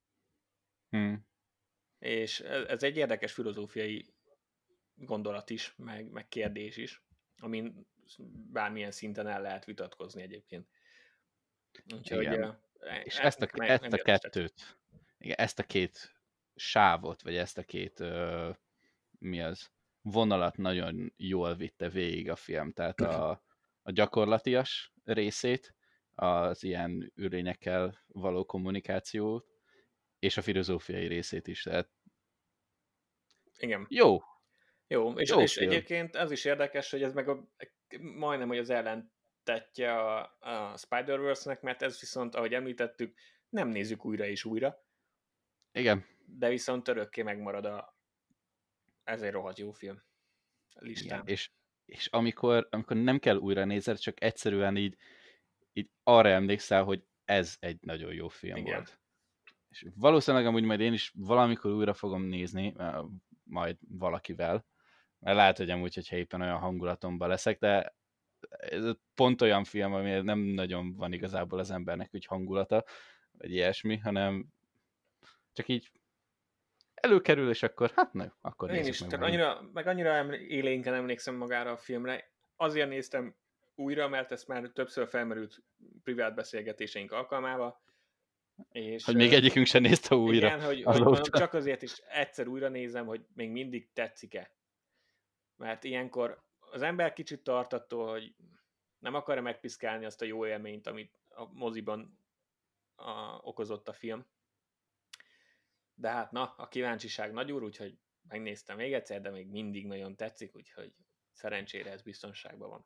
És ez egy érdekes filozófiai gondolat is, meg kérdés is, amin bármilyen szinten el lehet vitatkozni egyébként. Úgyhogy Igen. És ezt a emiatt is tetszett. kettőt, igen, ezt a két sávot, vagy ezt a két mi az, vonalat nagyon jól vitte végig a film. Tehát a gyakorlatias részét, az ilyen űrlényekkel való kommunikációt, és a filozófiai részét is. Tehát Igen. jó, Jó, jó és film. egyébként az is érdekes, hogy ez meg majdnem, hogy az ellentetje a Spider-Verse-nek, mert ez viszont, ahogy említettük, nem nézzük újra és újra, Igen. de viszont örökké megmarad ez egy rohadt jó film Igen. listán. És amikor nem kell újra nézed, csak egyszerűen így arra emlékszel, hogy ez egy nagyon jó film Igen. volt. És valószínűleg amúgy majd én is valamikor újra fogom nézni, majd valakivel, mert lehet, hogy amúgy, hogyha éppen olyan hangulatomban leszek, de ez pont olyan film, ami nem nagyon van igazából az embernek úgy hangulata, vagy ilyesmi, hanem csak így előkerül, és akkor, hát nem, akkor Én nézzük is, meg tehát megint. annyira élénken emlékszem magára a filmre. Azért néztem újra, mert ez már többször felmerült privát beszélgetéseink alkalmával, és Hogy még egyikünk sem nézte újra igen, hogy mondom, azóta. csak azért is egyszer újra nézem, hogy még mindig tetszik-e. Mert ilyenkor az ember kicsit tart attól, hogy nem akarja megpiszkálni azt a jó élményt, amit a moziban okozott a film. De hát na, a kíváncsiság nagy úr, úgyhogy megnéztem még egyszer, de még mindig nagyon tetszik, úgyhogy szerencsére ez biztonságban van.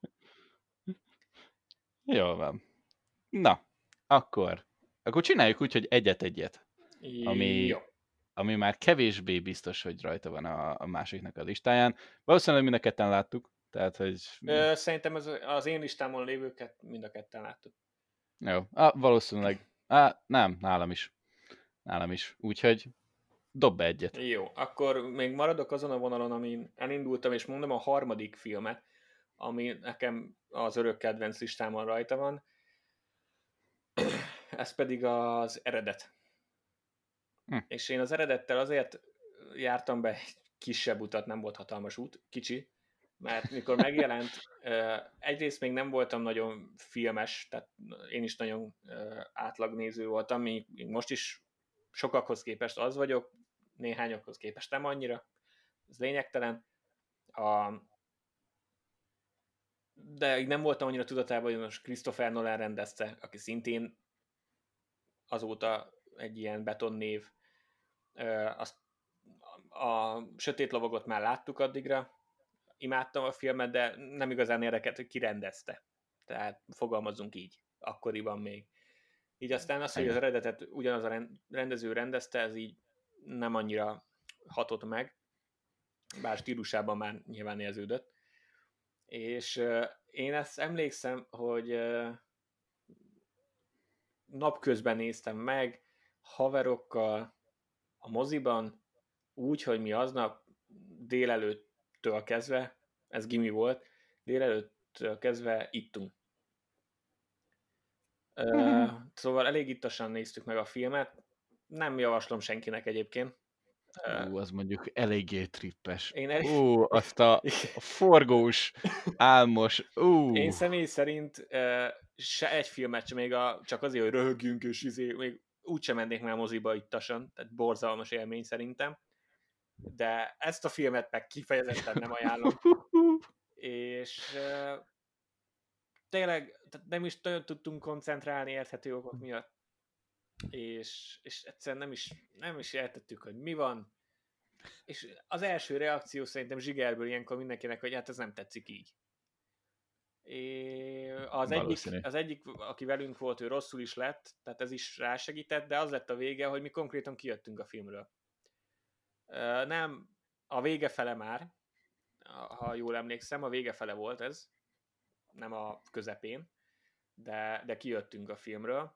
Jól van. Na, akkor csináljuk úgy, hogy egyet-egyet, Jó. ami már kevésbé biztos, hogy rajta van a másiknak a listáján. Valószínűleg mind a ketten láttuk, tehát, hogy Szerintem az én listámon lévőket mind a ketten láttuk. jó, valószínűleg, nem, nálam is. Nálam is. Úgyhogy dob be egyet. Jó, akkor még maradok azon a vonalon, amin elindultam, és mondom a harmadik filmet, ami nekem az örök kedvenc listámon rajta van. Ez pedig az Eredet. És én az Eredettel azért jártam be egy kisebb utat, nem volt hatalmas út, kicsi, mert mikor megjelent, egyrészt még nem voltam nagyon filmes, tehát én is nagyon átlagnéző voltam, még most is sokakhoz képest az vagyok, néhányakhoz képest nem annyira, ez lényegtelen. De így nem voltam annyira tudatában, hogy most Christopher Nolan rendezte, aki szintén azóta egy ilyen betonnév. Azt a Sötét Lovagot már láttuk addigra, imádtam a filmet, de nem igazán érdekelt, hogy ki rendezte. Tehát fogalmazunk így, akkoriban még. Így aztán az, hogy az Igen. eredetet ugyanaz a rendező rendezte, ez így nem annyira hatott meg, bár stílusában már nyilván érződött. És én ezt emlékszem, hogy napközben néztem meg, haverokkal, a moziban, úgy, hogy mi aznap délelőttől kezdve, ez gimi volt, délelőttől kezdve ittunk. Szóval elég ittasan néztük meg a filmet. Nem javaslom senkinek egyébként. Az mondjuk eléggé trippes. Én, elég... Azt a forgós, álmos, Én személy szerint se egy filmet sem, még csak azért, hogy röhögjünk, és még úgysem mennék már moziba ittasan, tehát borzalmas élmény szerintem. De ezt a filmet meg kifejezetten nem ajánlom. És tényleg tehát nem is nagyon tudtunk koncentrálni érthető okok miatt. És egyszerűen nem is értettük, hogy mi van. És az első reakció szerintem zsigerből ilyenkor mindenkinek, hogy hát ez nem tetszik így. Valószínű. Az egyik, aki velünk volt, ő rosszul is lett, tehát ez is rásegített, de az lett a vége, hogy mi konkrétan kijöttünk a filmről. Nem, a vége fele már, ha jól emlékszem, a vége fele volt ez, nem a közepén, de kijöttünk a filmről.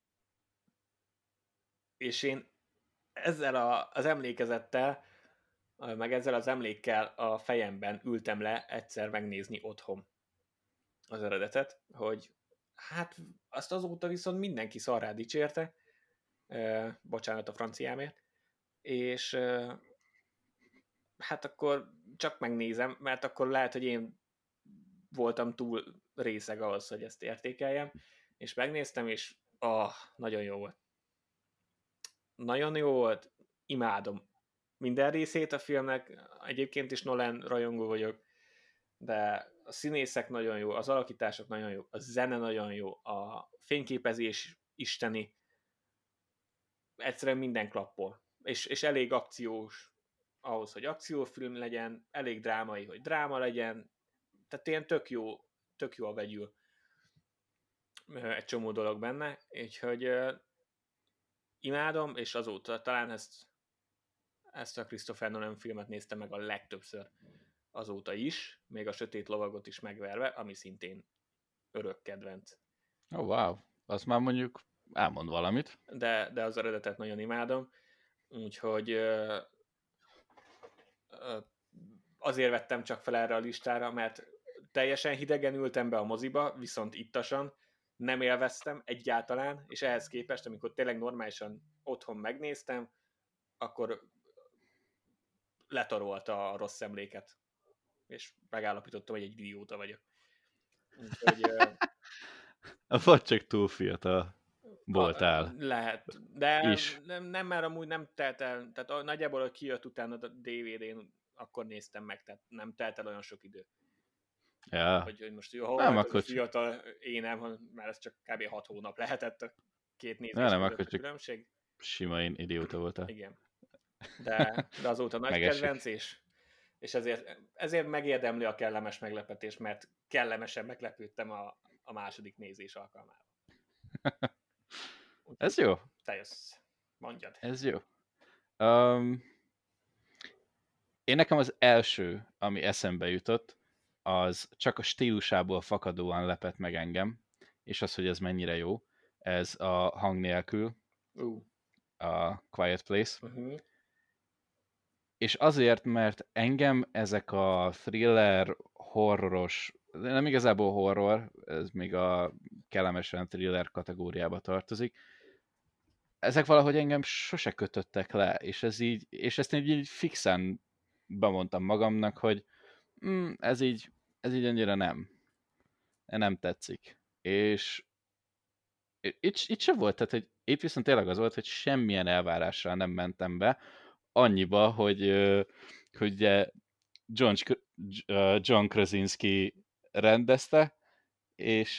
És én ezzel az emlékezettel, meg ezzel az emlékkel a fejemben ültem le egyszer megnézni otthon az eredetet, hogy hát azt azóta viszont mindenki szarrá dicsérte, bocsánat a franciámért, és hát akkor csak megnézem, mert akkor lehet, hogy én voltam túl részeg ahhoz, hogy ezt értékeljem, és megnéztem, és nagyon jó volt. Nagyon jó volt, imádom minden részét a filmnek, egyébként is Nolan rajongó vagyok, de a színészek nagyon jó, az alakítások nagyon jó, a zene nagyon jó, a fényképezés isteni, egyszerűen minden klappol. És elég akciós ahhoz, hogy akciófilm legyen, elég drámai, hogy dráma legyen, tehát ilyen tök jó a vegyül egy csomó dolog benne, úgyhogy imádom, és azóta talán ezt a Christopher Nolan filmet néztem meg a legtöbbször azóta is, még a Sötét Lovagot is megverve, ami szintén örök kedvenc. Oh, wow. Azt már mondjuk elmond valamit. De az eredetet nagyon imádom, úgyhogy azért vettem csak fel erre a listára, mert teljesen hidegen ültem be a moziba, viszont ittasan, nem élveztem egyáltalán, és ehhez képest, amikor tényleg normálisan otthon megnéztem, akkor letarolta a rossz emléket, és megállapítottam, hogy egy idióta vagyok. Úgyhogy... Vagy csak túl fiatal voltál. Lehet, de Is. nem, mert amúgy nem telt el, tehát nagyjából, hogy kijött utána a DVD-n, akkor néztem meg, tehát nem telt el olyan sok idő. Ja. Hogy most jó, nem, hát akkor ez a fiatal, én nem, mert ez csak kb. 6 hónap lehetett a két nézés nem, között akkor a csak különbség. sima én idióta voltál. Igen. De azóta nagy kedvenc, és ezért megérdemli a kellemes meglepetés, mert kellemesen meglepődtem a második nézés alkalmával. Ez jó. Te jössz. Mondjad. Ez jó. Én nekem az első, ami eszembe jutott, az csak a stílusából fakadóan lepett meg engem, és az, hogy ez mennyire jó. Ez a Hang nélkül, a Quiet Place. És azért, mert engem ezek a thriller, horroros, nem igazából horror, ez még a kellemesen thriller kategóriába tartozik, ezek valahogy engem sose kötöttek le, és ezt így fixen bemondtam magamnak, hogy ez így annyira nem tetszik. És itt sem volt, tehát hogy itt viszont tényleg az volt, hogy semmilyen elvárással nem mentem be, annyiba, hogy ugye John Krasinski rendezte, és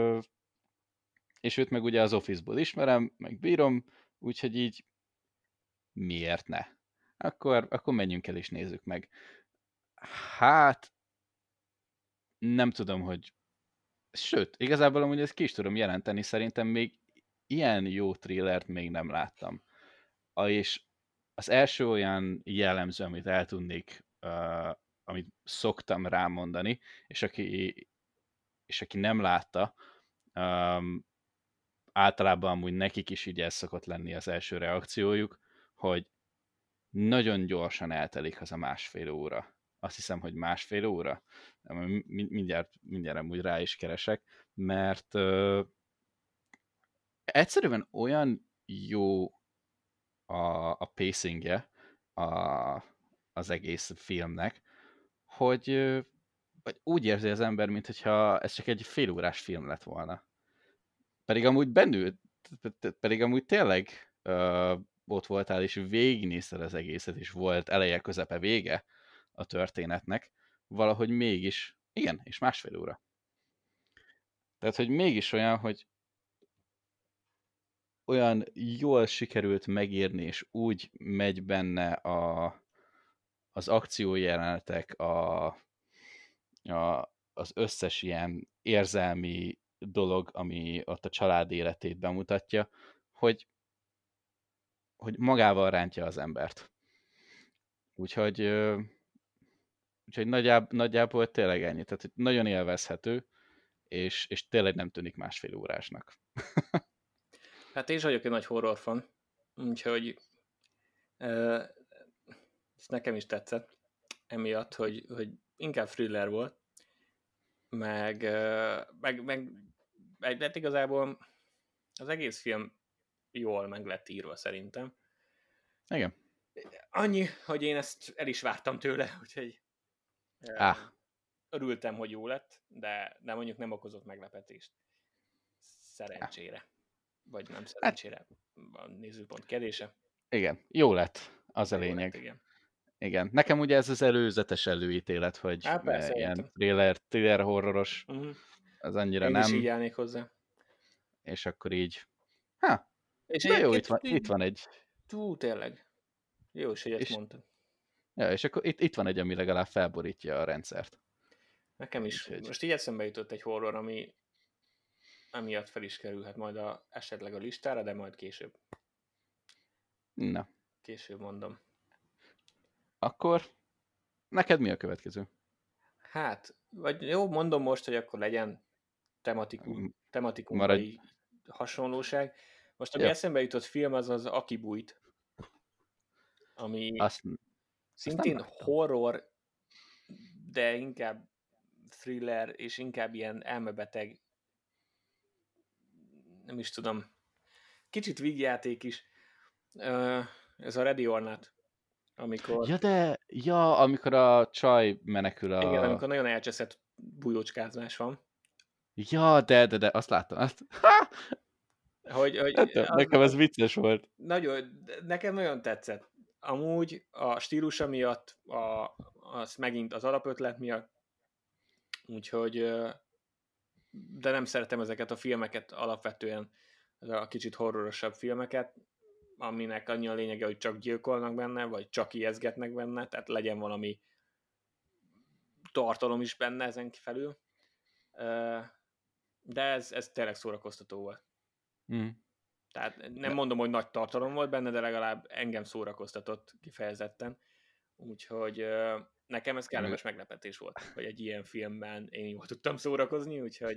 őt meg ugye az Office-ból ismerem, meg bírom, úgyhogy így miért ne? Akkor menjünk el és nézzük meg. Hát, nem tudom, hogy... Sőt, igazából amúgy ezt ki is tudom jelenteni, szerintem még ilyen jó thrillert még nem láttam. És az első olyan jellemző, amit el tudnék, amit szoktam rámondani, és aki nem látta, általában amúgy nekik is így ez szokott lenni az első reakciójuk, hogy nagyon gyorsan eltelik az a másfél óra. Azt hiszem, hogy másfél óra. Mindjárt amúgy rá is keresek, mert egyszerűen olyan jó a pacingje a, az egész filmnek, hogy úgy érzi az ember, mintha ez csak egy félórás film lett volna. Pedig amúgy bennül, pedig amúgy tényleg ott voltál, és végignézted az egészet, és volt eleje, közepe, vége a történetnek, valahogy mégis, igen, és 1,5 óra. Tehát, hogy mégis olyan, hogy olyan jól sikerült megírni, és úgy megy benne az akciójelenetek, az összes ilyen érzelmi dolog, ami ott a család életét bemutatja, hogy, hogy magával rántja az embert. Úgyhogy, úgyhogy nagyjából tényleg ennyi. Tehát hogy nagyon élvezhető, és tényleg nem tűnik 1,5 órásnak. Hát én is vagyok egy nagy horrorfan, úgyhogy ez nekem is tetszett, emiatt, hogy inkább thriller volt, meg igazából az egész film jól meg lett írva szerintem. Igen. Annyi, hogy én ezt el is vártam tőle, úgyhogy örültem, hogy jó lett, de mondjuk nem okozott meglepetést. Szerencsére. Vagy nem szerencsére. A nézőpont kérdése. Igen, jó lett, az a lényeg. Lett, igen. Igen. Nekem ugye ez az előzetes előítélet, hogy Persze, ilyen thriller horroros, az annyira én nem. is így állnék hozzá. És akkor így, és de jó, itt van egy. Tényleg. Jó is, hogy ezt mondtad. Ja, és akkor itt van egy, ami legalább felborítja a rendszert. Nekem is. Úgyhogy... Most így eszembe jutott egy horror, ami amiatt fel is kerülhet majd esetleg a listára, de majd később. Na. Később mondom. Akkor neked mi a következő? Hát, vagy jó, mondom most, hogy akkor legyen tematikumai hasonlóság. Most ami eszembe jutott film, az az Aki bújt, ami szintén horror, de inkább thriller, és inkább ilyen elmebeteg, nem is tudom, kicsit vígjáték is. Ez a Ready or Not, amikor... amikor a csaj menekül a... Igen, amikor nagyon elcseszett bújócskázás van. Ja, de azt láttam. Nekem ez vicces volt. Nekem nagyon tetszett. Amúgy a stílusa miatt, az megint az alapötlet miatt, úgyhogy de nem szeretem ezeket a filmeket alapvetően, a kicsit horrorosabb filmeket, aminek annyi a lényege, hogy csak gyilkolnak benne, vagy csak ijeszgetnek benne, tehát legyen valami tartalom is benne ezen felül. De ez tényleg szórakoztató volt. Tehát nem mondom, hogy nagy tartalom volt benne, de legalább engem szórakoztatott kifejezetten. Úgyhogy nekem ez kellemes meglepetés volt, hogy egy ilyen filmben én jól tudtam szórakozni, úgyhogy...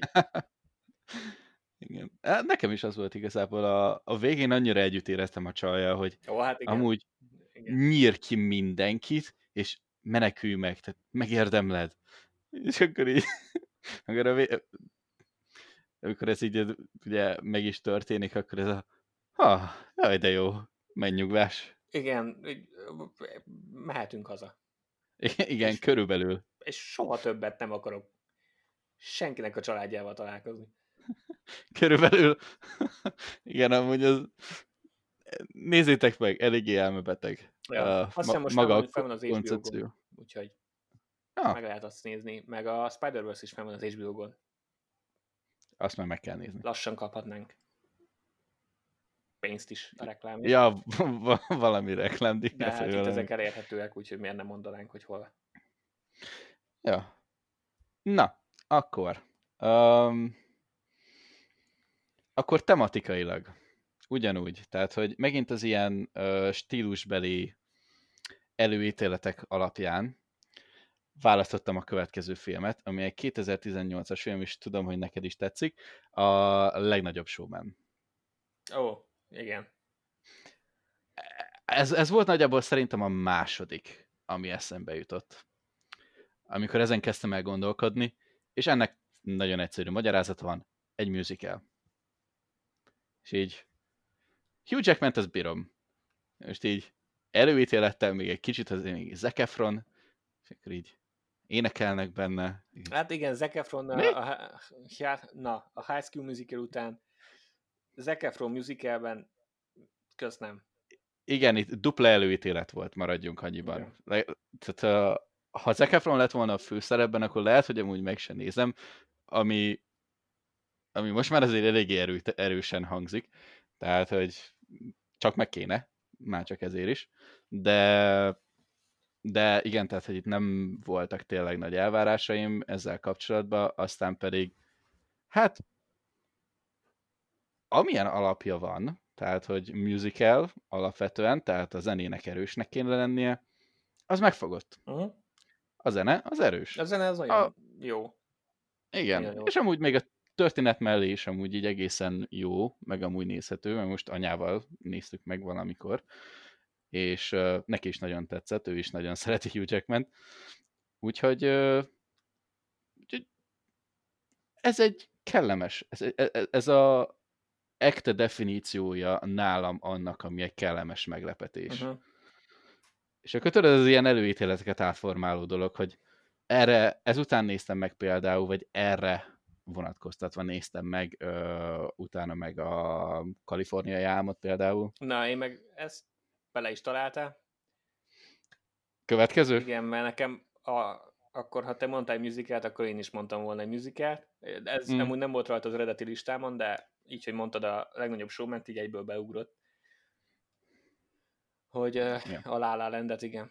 Igen. Nekem is az volt igazából. A végén annyira együtt éreztem a csajjal, hogy hát igen. amúgy nyír ki mindenkit, és menekülj meg, tehát megérdemled. És akkor így, amikor ez így ugye meg is történik, akkor ez jaj, de jó, mennyugvás. Igen, mehetünk haza. Igen, és körülbelül. És soha többet nem akarok senkinek a családjával találkozni. Körülbelül. Igen, amúgy az... Nézzétek meg, eléggé elmebeteg. Ja, azt hiszem most maga fel van az HBO-gon, úgyhogy meg lehet azt nézni. Meg a Spider-Verse is fel van az HBO-gon. Azt már meg kell nézni. Lassan kaphatnánk pénzt is a reklámért. Ja, valami reklámdíjat. De hát itt ezek elérhetőek, úgyhogy miért nem mondanánk, hogy hol. Ja. Na, akkor. Akkor tematikailag. Ugyanúgy. Tehát, hogy megint az ilyen stílusbeli előítéletek alapján választottam a következő filmet, ami egy 2018-as film, és tudom, hogy neked is tetszik, a Legnagyobb Showman. Igen. Ez volt nagyjából szerintem a második, ami eszembe jutott. Amikor ezen kezdtem el gondolkodni, és ennek nagyon egyszerű magyarázata van, egy musical. És így Hugh Jackman-t azt bírom. Most így előítélettel még egy kicsit az még Zac Efron, és akkor így énekelnek benne. Így, Hát igen, Zac Efron mi? a High School Musical után Zac Efron musicalben köszönöm. Igen, itt dupla előítélet volt, maradjunk annyiban. Tehát ha Zac Efron lett volna a főszerepben, akkor lehet, hogy amúgy meg sem nézem, ami most már azért eléggé erősen hangzik, tehát, hogy csak meg kéne, már csak ezért is, de igen, tehát, hogy itt nem voltak tényleg nagy elvárásaim ezzel kapcsolatban, aztán pedig, hát, amilyen alapja van, tehát, hogy musical alapvetően, tehát a zenének erősnek kéne lennie, az megfogott. Uh-huh. A zene az erős. A zene az nagyon jó. Igen, Nagyon jó. és amúgy még a történet mellé is amúgy így egészen jó, meg amúgy nézhető, mert most anyával néztük meg valamikor, és neki is nagyon tetszett, ő is nagyon szereti Hugh Jackman. Úgyhogy ez egy kellemes, ez a ekte definíciója nálam annak, ami egy kellemes meglepetés. Uh-huh. És akkor tudod, az ilyen előítéleteket átformáló dolog, hogy erre, ezután néztem meg például, vagy erre vonatkoztatva néztem meg, utána meg a Kaliforniai álmot például. Na, én meg ezt bele is találtál. Következő? Igen, mert nekem akkor, ha te mondtál egy musicalt, akkor én is mondtam volna egy musicalt. Ez amúgy nem volt rajta az eredeti listámon, de így, hogy mondtad a legnagyobb showment, így egyből beugrott. Hogy a La La Landet, igen.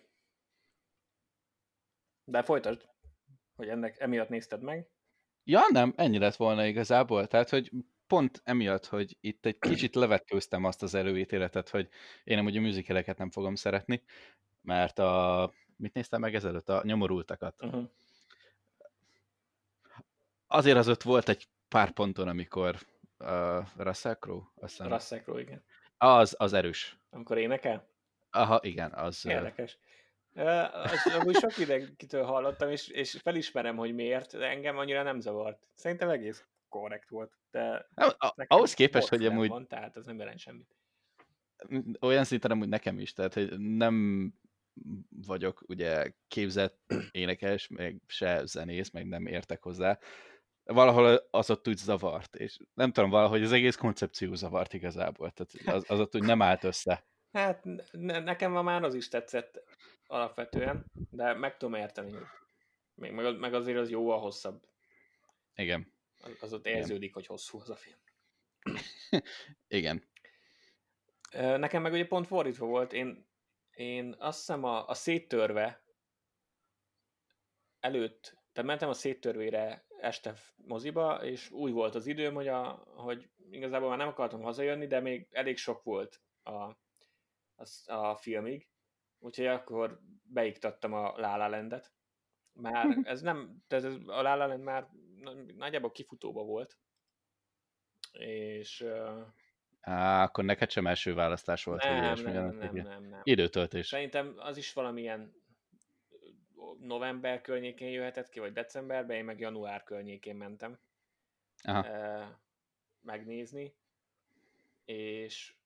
De folytasd, hogy emiatt nézted meg. Ja, nem, ennyi lett volna igazából. Tehát, hogy pont emiatt, hogy itt egy kicsit levetkőztem azt az előítéletet, hogy én amúgy a musicaleket nem fogom szeretni, mert mit néztem meg ezelőtt? A Nyomorultakat. Uh-huh. Azért az ott volt egy pár ponton, amikor Russell Crowe? Russell Crowe, igen. Az erős. Amikor énekel? Aha, igen, az... Érdekes. Amúgy sok mindenkitől hallottam, és felismerem, hogy miért, de engem annyira nem zavart. Szerintem egész korrekt volt, de ahhoz képest, hogy amúgy van, tehát az nem jelent semmit. olyan szinten amúgy nekem is, tehát hogy nem vagyok ugye képzett énekes, meg se zenész, meg nem értek hozzá. Valahol az ott úgy zavart, és nem tudom, valahogy az egész koncepció zavart igazából, tehát az ott úgy nem állt össze. Hát nekem már az is tetszett alapvetően, de meg tudom érteni, hogy meg azért az jó a hosszabb. Igen. Az ott érződik, hogy hosszú az a film. Igen. Nekem meg ugye pont fordítva volt, én azt hiszem a Széttörve előtt, tehát mentem a Széttörvére este moziba, és úgy volt az időm, hogy igazából már nem akartam hazajönni, de még elég sok volt a filmig, úgyhogy akkor beiktattam a La La Landet. Már ez nem, tehát a La La Land már nagyjából kifutóba volt, és... Akkor neked sem első választás volt, hogy ilyesmi. Nem. Időtöltés. Szerintem az is valamilyen november környékén jöhetett ki, vagy decemberben, én meg január környékén mentem megnézni, és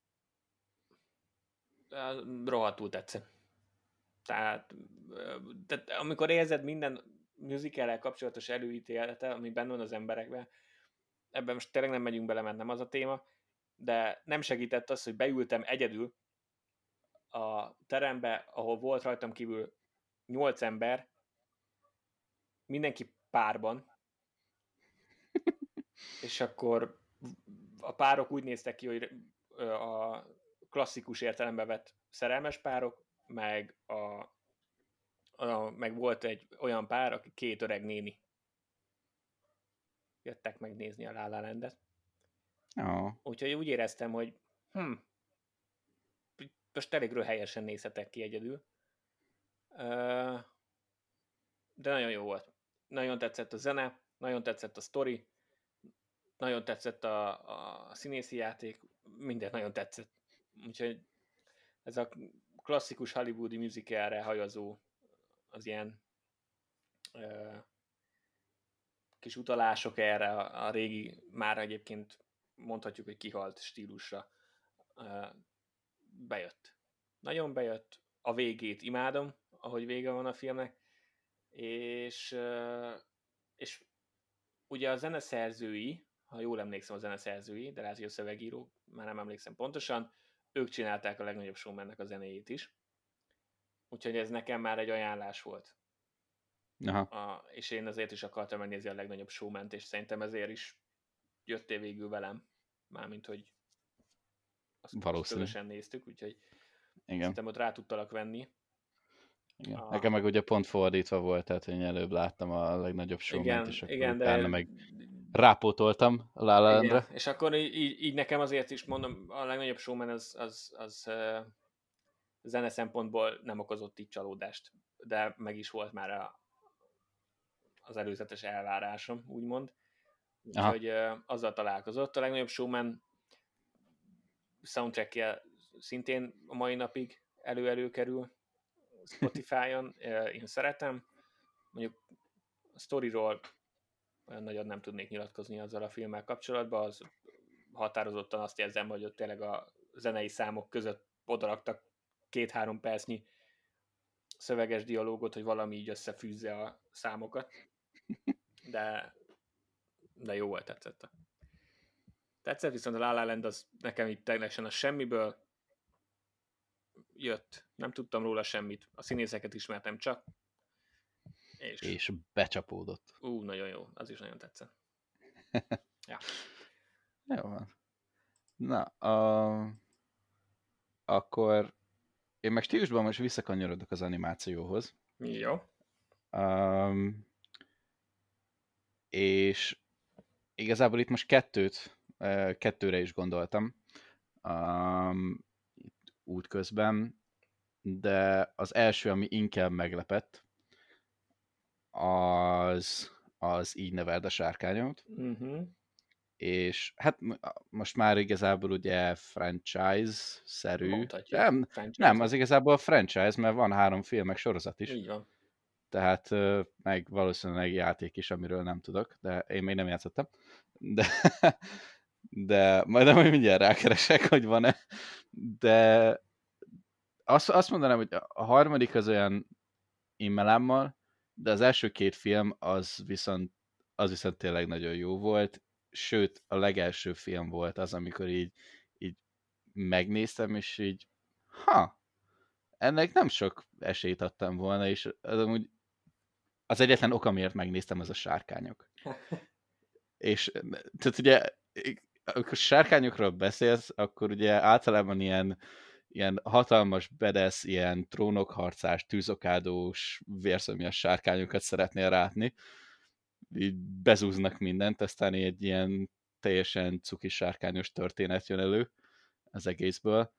rohadtul tetszett. Tehát amikor érzed minden musical-el kapcsolatos előítélete, ami benne van az emberekben, ebben most tényleg nem megyünk bele, mert nem az a téma, de nem segített az, hogy beültem egyedül a terembe, ahol volt rajtam kívül 8 ember, mindenki párban, és akkor a párok úgy néztek ki, hogy a klasszikus értelembe vett szerelmes párok, meg volt egy olyan pár, aki 2 öreg néni jöttek megnézni a La La Landet. Úgyhogy úgy éreztem, hogy most elég helyesen nézhetek ki egyedül. De nagyon jó volt. Nagyon tetszett a zene, nagyon tetszett a sztori, nagyon tetszett a színészi játék, minden nagyon tetszett. Úgyhogy ez a klasszikus hollywoodi musicalre hajazó, az ilyen kis utalások erre a régi, már egyébként mondhatjuk, hogy kihalt stílusra bejött. Nagyon bejött, a végét imádom, ahogy vége van a filmnek, és ugye a zeneszerzői, ha jól emlékszem a zeneszerzői, de lehet, hogy a szövegíró, már nem emlékszem pontosan, ők csinálták a Legnagyobb Showmannek a zenéjét is. Úgyhogy ez nekem már egy ajánlás volt. Aha. És én azért is akartam megnézni a Legnagyobb Showment, és szerintem ezért is jöttél végül velem. Mármint, hogy azt közösen néztük, úgyhogy igen. szerintem ott rá tudtalak venni. Igen. Nekem meg ugye pont fordítva volt, tehát én előbb láttam a Legnagyobb Showment, és akkor igen, utána meg rápótoltam a La La Landre. És akkor így nekem azért is mondom, a Legnagyobb Showman az zene szempontból nem okozott így csalódást, de meg is volt már az előzetes elvárásom, úgymond. Úgyhogy azzal találkozott. A Legnagyobb Showman soundtrackje szintén a mai napig előkerül Spotify-on. Én szeretem. Mondjuk a sztoriról olyan nagyon nem tudnék nyilatkozni azzal a filmmel kapcsolatban, az határozottan azt érzem, hogy ott tényleg a zenei számok között odaraktak 2-3 percnyi szöveges dialógot, hogy valami így összefűzze a számokat. De jó volt, tetszett. Tetszett, viszont a La La Land az nekem így teljesen a semmiből jött. Nem tudtam róla semmit. A színészeket ismertem csak. És becsapódott. Nagyon jó. Az is nagyon tetszett. Ja. Jó van. Na, akkor én meg stílusban most visszakanyarodok az animációhoz. Jó. És igazából itt most kettőre is gondoltam útközben, de az első, ami inkább meglepett, az Így neveld a sárkányot. És hát most már igazából ugye franchise-szerű. Nem, az igazából franchise, mert van 3 film, meg sorozat is. Így van. Tehát meg valószínűleg játék is, amiről nem tudok, de én még nem játszottam. De majd mindjárt rákeresek, hogy van-e. De azt mondanám, hogy a harmadik az olyan immelámmal, de az első 2 film az viszont tényleg nagyon jó volt. Sőt, a legelső film volt az, amikor így megnéztem, és így ennek nem sok esélyt adtam volna, és az egyetlen oka, miért megnéztem, az a sárkányok. És tehát ugye, amikor sárkányokról beszélsz, akkor ugye általában ilyen hatalmas, bedesz, ilyen trónokharcás, tűzokádós, vérszomjas sárkányokat szeretnél látni. Így bezúznak mindent, aztán egy ilyen teljesen cuki sárkányos történet jön elő az egészből.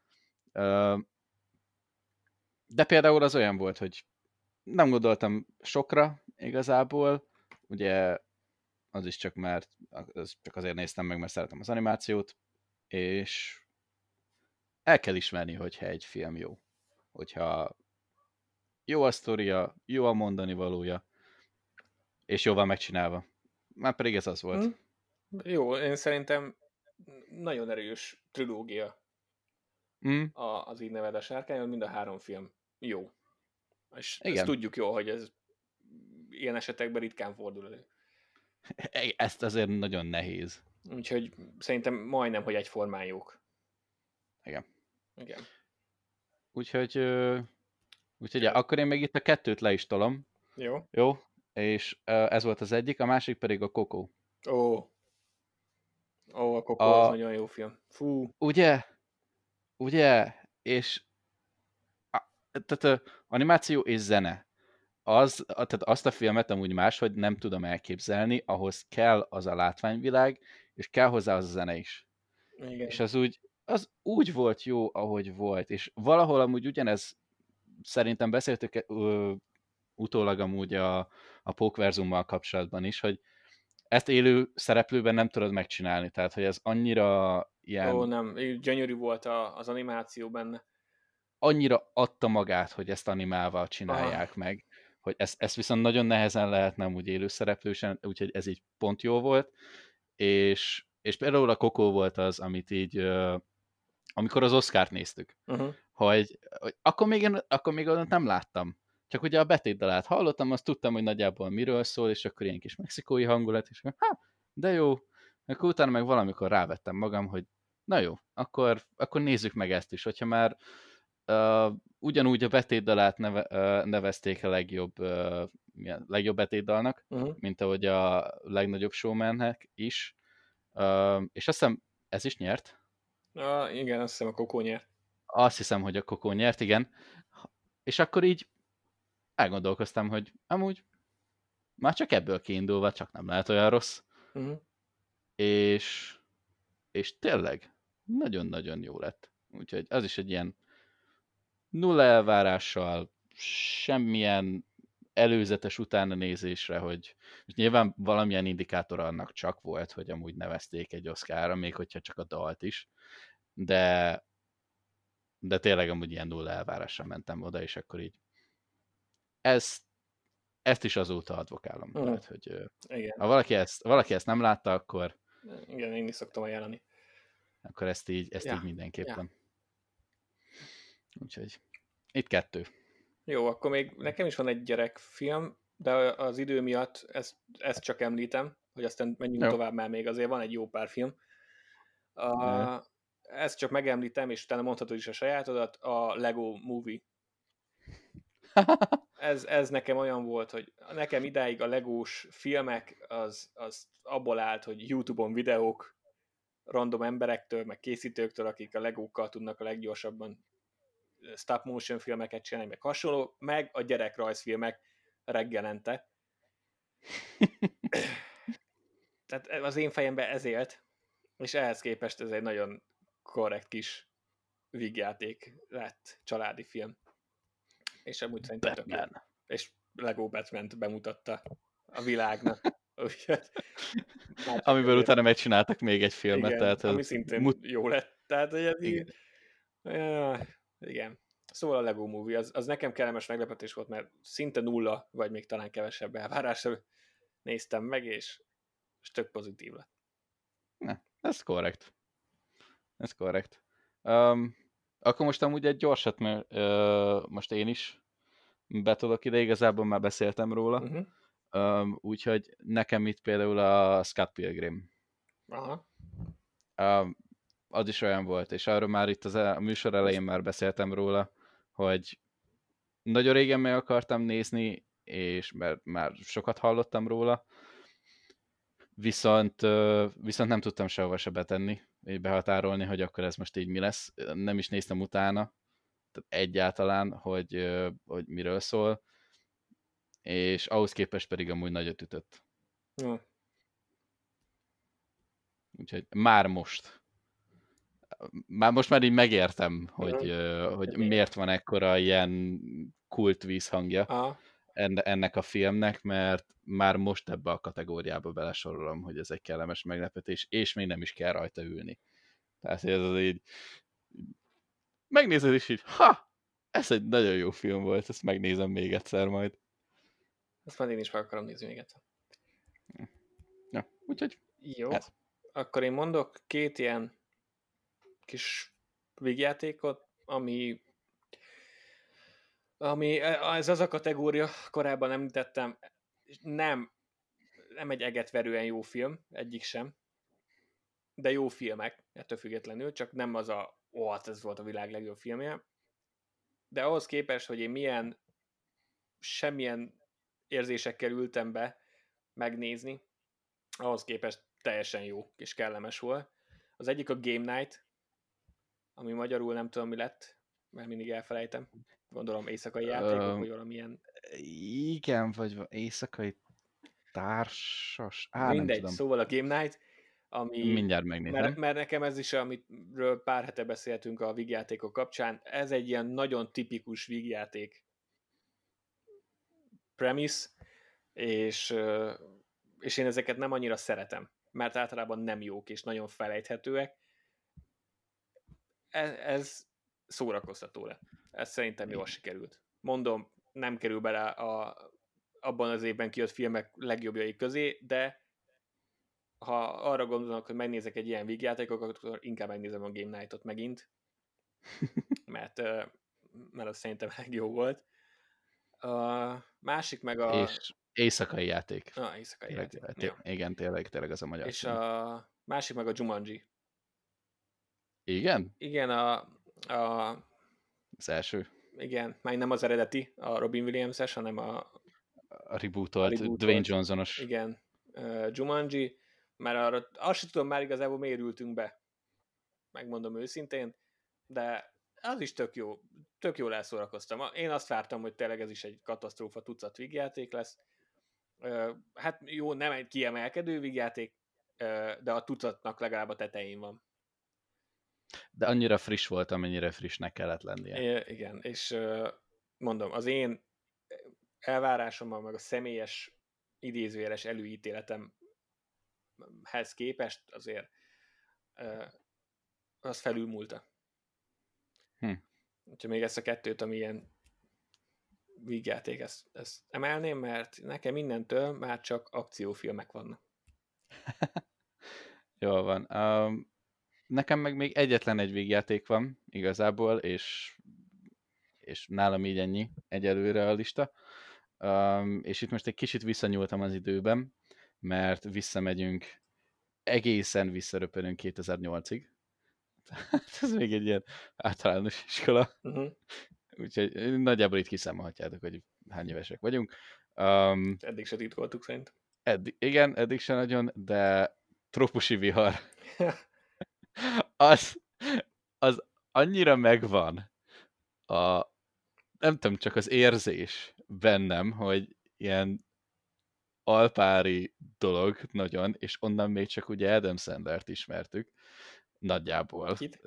De például az olyan volt, hogy nem gondoltam sokra igazából, ugye az is csak csak azért néztem meg, mert szeretem az animációt, és el kell ismerni, hogyha egy film jó. Hogyha jó a sztoria, jó a mondani valója, és jól van megcsinálva. Már pedig ez az volt. Jó, én szerintem nagyon erős trilógia az Így neved a sárkányon, mind a 3 film jó. És ezt tudjuk jól, hogy ez ilyen esetekben ritkán fordul elő. Ezt azért nagyon nehéz. Úgyhogy szerintem majdnem, hogy egyformán jók. Igen. Úgyhogy akkor én még itt a 2-t le is tolom. Jó? És ez volt az egyik, a másik pedig a Coco. A Coco az nagyon jó film. Fú. Ugye? És tehát animáció és zene. Tehát azt a filmet amúgy máshogy nem tudom elképzelni, ahhoz kell az a látványvilág, és kell hozzá az a zene is. Igen. És az úgy volt jó, ahogy volt. És valahol amúgy ugyanez, szerintem beszéltük utólag amúgy a Pókverzummal kapcsolatban is, hogy ezt élő szereplőben nem tudod megcsinálni. Tehát, hogy ez annyira ilyen... nem, gyönyörű volt az animáció benne. Annyira adta magát, hogy ezt animálva csinálják meg, hogy ezt viszont nagyon nehezen lehetne úgy élő szereplősen, úgyhogy ez így pont jó volt, és És például a Coco volt az, amit így, amikor az Oscart néztük, Uh-huh. hogy akkor még olyat nem láttam. Csak ugye a betétdalát hallottam, azt tudtam, hogy nagyjából miről szól, és akkor ilyen kis mexikói hangulat, és de jó. Akkor utána meg valamikor rávettem magam, hogy na jó, akkor nézzük meg ezt is. Hogyha már ugyanúgy a betétdalát nevezték a legjobb betétdalnak, Uh-huh. mint ahogy a legnagyobb showmannek is, és azt hiszem ez is nyert. Igen, azt hiszem a Coco nyert. Azt hiszem, hogy a Coco nyert, igen. És akkor így elgondolkoztam, hogy amúgy már csak ebből kiindulva csak nem lehet olyan rossz. Uh-huh. És, és tényleg nagyon-nagyon jó lett. Úgyhogy az is egy ilyen nulla elvárással, semmilyen előzetes utána nézésre, hogy nyilván valamilyen indikátor annak csak volt, hogy amúgy nevezték egy Oscarra, még hogyha csak a dalt is, de tényleg amúgy ilyen nulla elvárással mentem oda, és akkor így ezt is azóta advokálom. Uh-huh. Tehát, hogy Igen. ha valaki ezt nem látta, akkor Igen, én is szoktam ajánlani. akkor ezt így mindenképpen. Úgyhogy itt 2. Jó, akkor még nekem is van egy gyerekfilm, de az idő miatt ezt csak említem, hogy aztán menjünk tovább, mert még azért van egy jó pár film. Ezt csak megemlítem, és utána mondhatod is a sajátodat, a Lego Movie. Ez nekem olyan volt, hogy nekem idáig a legós filmek az abból állt, hogy YouTube-on videók random emberektől, meg készítőktől, akik a legókkal tudnak a leggyorsabban stop motion filmeket csinálni, meg hasonló, meg a gyerekrajzfilmek reggelente. Tehát az én fejemben ez élt, és ehhez képest ez egy nagyon korrekt kis vígjáték lett, családi film. És amúgy szerintem tök jó. És Lego Batman-t bemutatta a világnak. Amiből utána megcsináltak még egy filmet. Igen, tehát ami szintén jó lett. Tehát, hogy ez igen. Igen. Szóval a Lego Movie, az nekem kellemes meglepetés volt, mert szinte nulla, vagy még talán kevesebb elvárással néztem meg, és tök pozitív lett. Ez korrekt. Ez korrekt. Akkor most amúgy egy gyorsat, mert most én is betolok ide, igazából már beszéltem róla. Uh-huh. Úgyhogy nekem itt például a Scott Pilgrim. Aha. Az is olyan volt, és arról már itt a műsor elején már beszéltem róla, hogy nagyon régen meg akartam nézni, és mert már sokat hallottam róla, viszont nem tudtam sehova se betenni, így behatárolni, hogy akkor ez most így mi lesz. Nem is néztem utána, tehát egyáltalán, hogy miről szól, és ahhoz képest pedig amúgy nagyot ütött. Úgyhogy már most már így megértem, hogy miért van ekkora ilyen kult vízhangja ennek a filmnek, mert már most ebbe a kategóriába belesorolom, hogy ez egy kellemes meglepetés, és még nem is kell rajta ülni. Tehát ez az így megnézed is így, ez egy nagyon jó film volt, ezt megnézem még egyszer majd. Ezt már én is meg akarom nézni még egyszer. Ja, úgyhogy jó. Ez. Akkor én mondok 2 ilyen kis vígjátékot, ami ez az a kategória, korábban említettem, nem egy egetverően jó film, egyik sem, de jó filmek, ettől függetlenül, csak nem az ez volt a világ legjobb filmje, de ahhoz képest, hogy én semmilyen érzésekkel ültem be megnézni, ahhoz képest teljesen jó és kellemes volt. Az egyik a Game Night, ami magyarul nem tudom mi lett, mert mindig elfelejtem. Gondolom éjszakai játékok, vagy valamilyen... Igen, vagy éjszakai társas... Mindegy, nem tudom. szóval a Game Night, ami... Mindjárt megnézem. Mert nekem ez is, amiről pár hete beszéltünk a vígjátékok kapcsán, ez egy ilyen nagyon tipikus vígjáték premise, és én ezeket nem annyira szeretem, mert általában nem jók és nagyon felejthetőek. Ez szórakoztató lett. Ez szerintem jól sikerült. Mondom, nem kerül bele abban az évben kijött filmek legjobbjai közé, de ha arra gondolok, hogy megnézek egy ilyen vígjátékot, akkor inkább megnézem a Game Night-ot megint, mert az szerintem jó volt. A másik meg És éjszakai játék. éjszakai Tényleg, játék. Ja. igen, tényleg az a magyar És cím. a másik meg a Jumanji. Igen? Igen, Az első. igen, már nem az eredeti, a Robin Williams-es, hanem a A rebootolt, Dwayne rebootolt, Johnsonos. igen, Jumanji, mert arra azt sem tudom már igazából miért ültünk be, megmondom őszintén, de az is tök jól elszórakoztam. Én azt vártam, hogy tényleg ez is egy katasztrófa tucat vígjáték lesz. Hát jó, nem egy kiemelkedő vígjáték, de a tucatnak legalább a tetején van. De annyira friss volt, amennyire frissnek kellett lennie. Igen, és mondom, az én elvárásommal, meg a személyes idézőjeles előítéletemhez képest azért az felülmúlta. Úgyhogy még ezt a kettőt, ami ilyen vígjáték, ezt emelném, mert nekem innentől már csak akciófilmek vannak. Jól van. Nekem meg még egyetlen egy vígjáték van igazából, és nálam így ennyi egyelőre a lista. És itt most egy kicsit visszanyúltam az időben, mert visszamegyünk, egészen visszaröpönünk 2008-ig. Ez még egy ilyen általános iskola. Úgyhogy nagyjából itt kiszámolhatjátok, hogy hány évesek vagyunk. Eddig se titkoltuk szerint. Igen, eddig se nagyon, de trópusi vihar. az annyira megvan nem tudom, csak az érzés bennem, hogy ilyen alpári dolog nagyon, és onnan még csak ugye Adam Sandlert ismertük, nagyjából. Kit?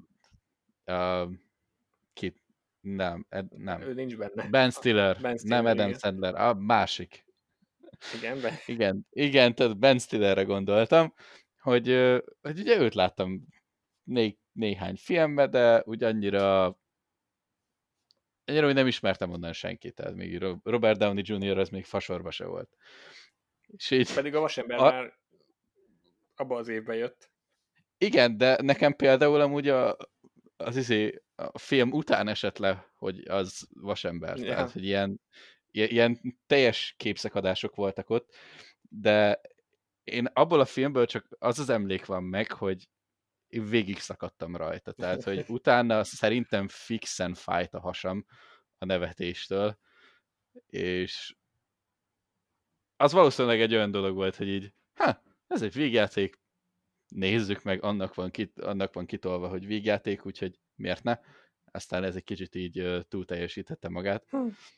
Kit? Nem. Ő nincs benne. Ben Stiller. Nem Adam igen. Sandler, a másik. Igen, igen, tehát Ben Stillerre gondoltam, hogy ugye őt láttam néhány filmben, de úgy annyira, hogy nem ismertem onnan senkit, tehát még Robert Downey Jr. az még fasorba se volt. És így, pedig a Vasember már abban az évben jött. Igen, de nekem például amúgy a film után esett le, hogy az Vasember. Ja. Tehát, hogy ilyen teljes képszakadások voltak ott, de én abból a filmből csak az emlék van meg, hogy én végig szakadtam rajta. Tehát, hogy utána szerintem fixen fájt a hasam a nevetéstől, és az valószínűleg egy olyan dolog volt, hogy így, ez egy végjáték, nézzük meg, annak van kitolva, hogy végjáték, úgyhogy miért ne? Aztán ez egy kicsit így túl teljesítette magát.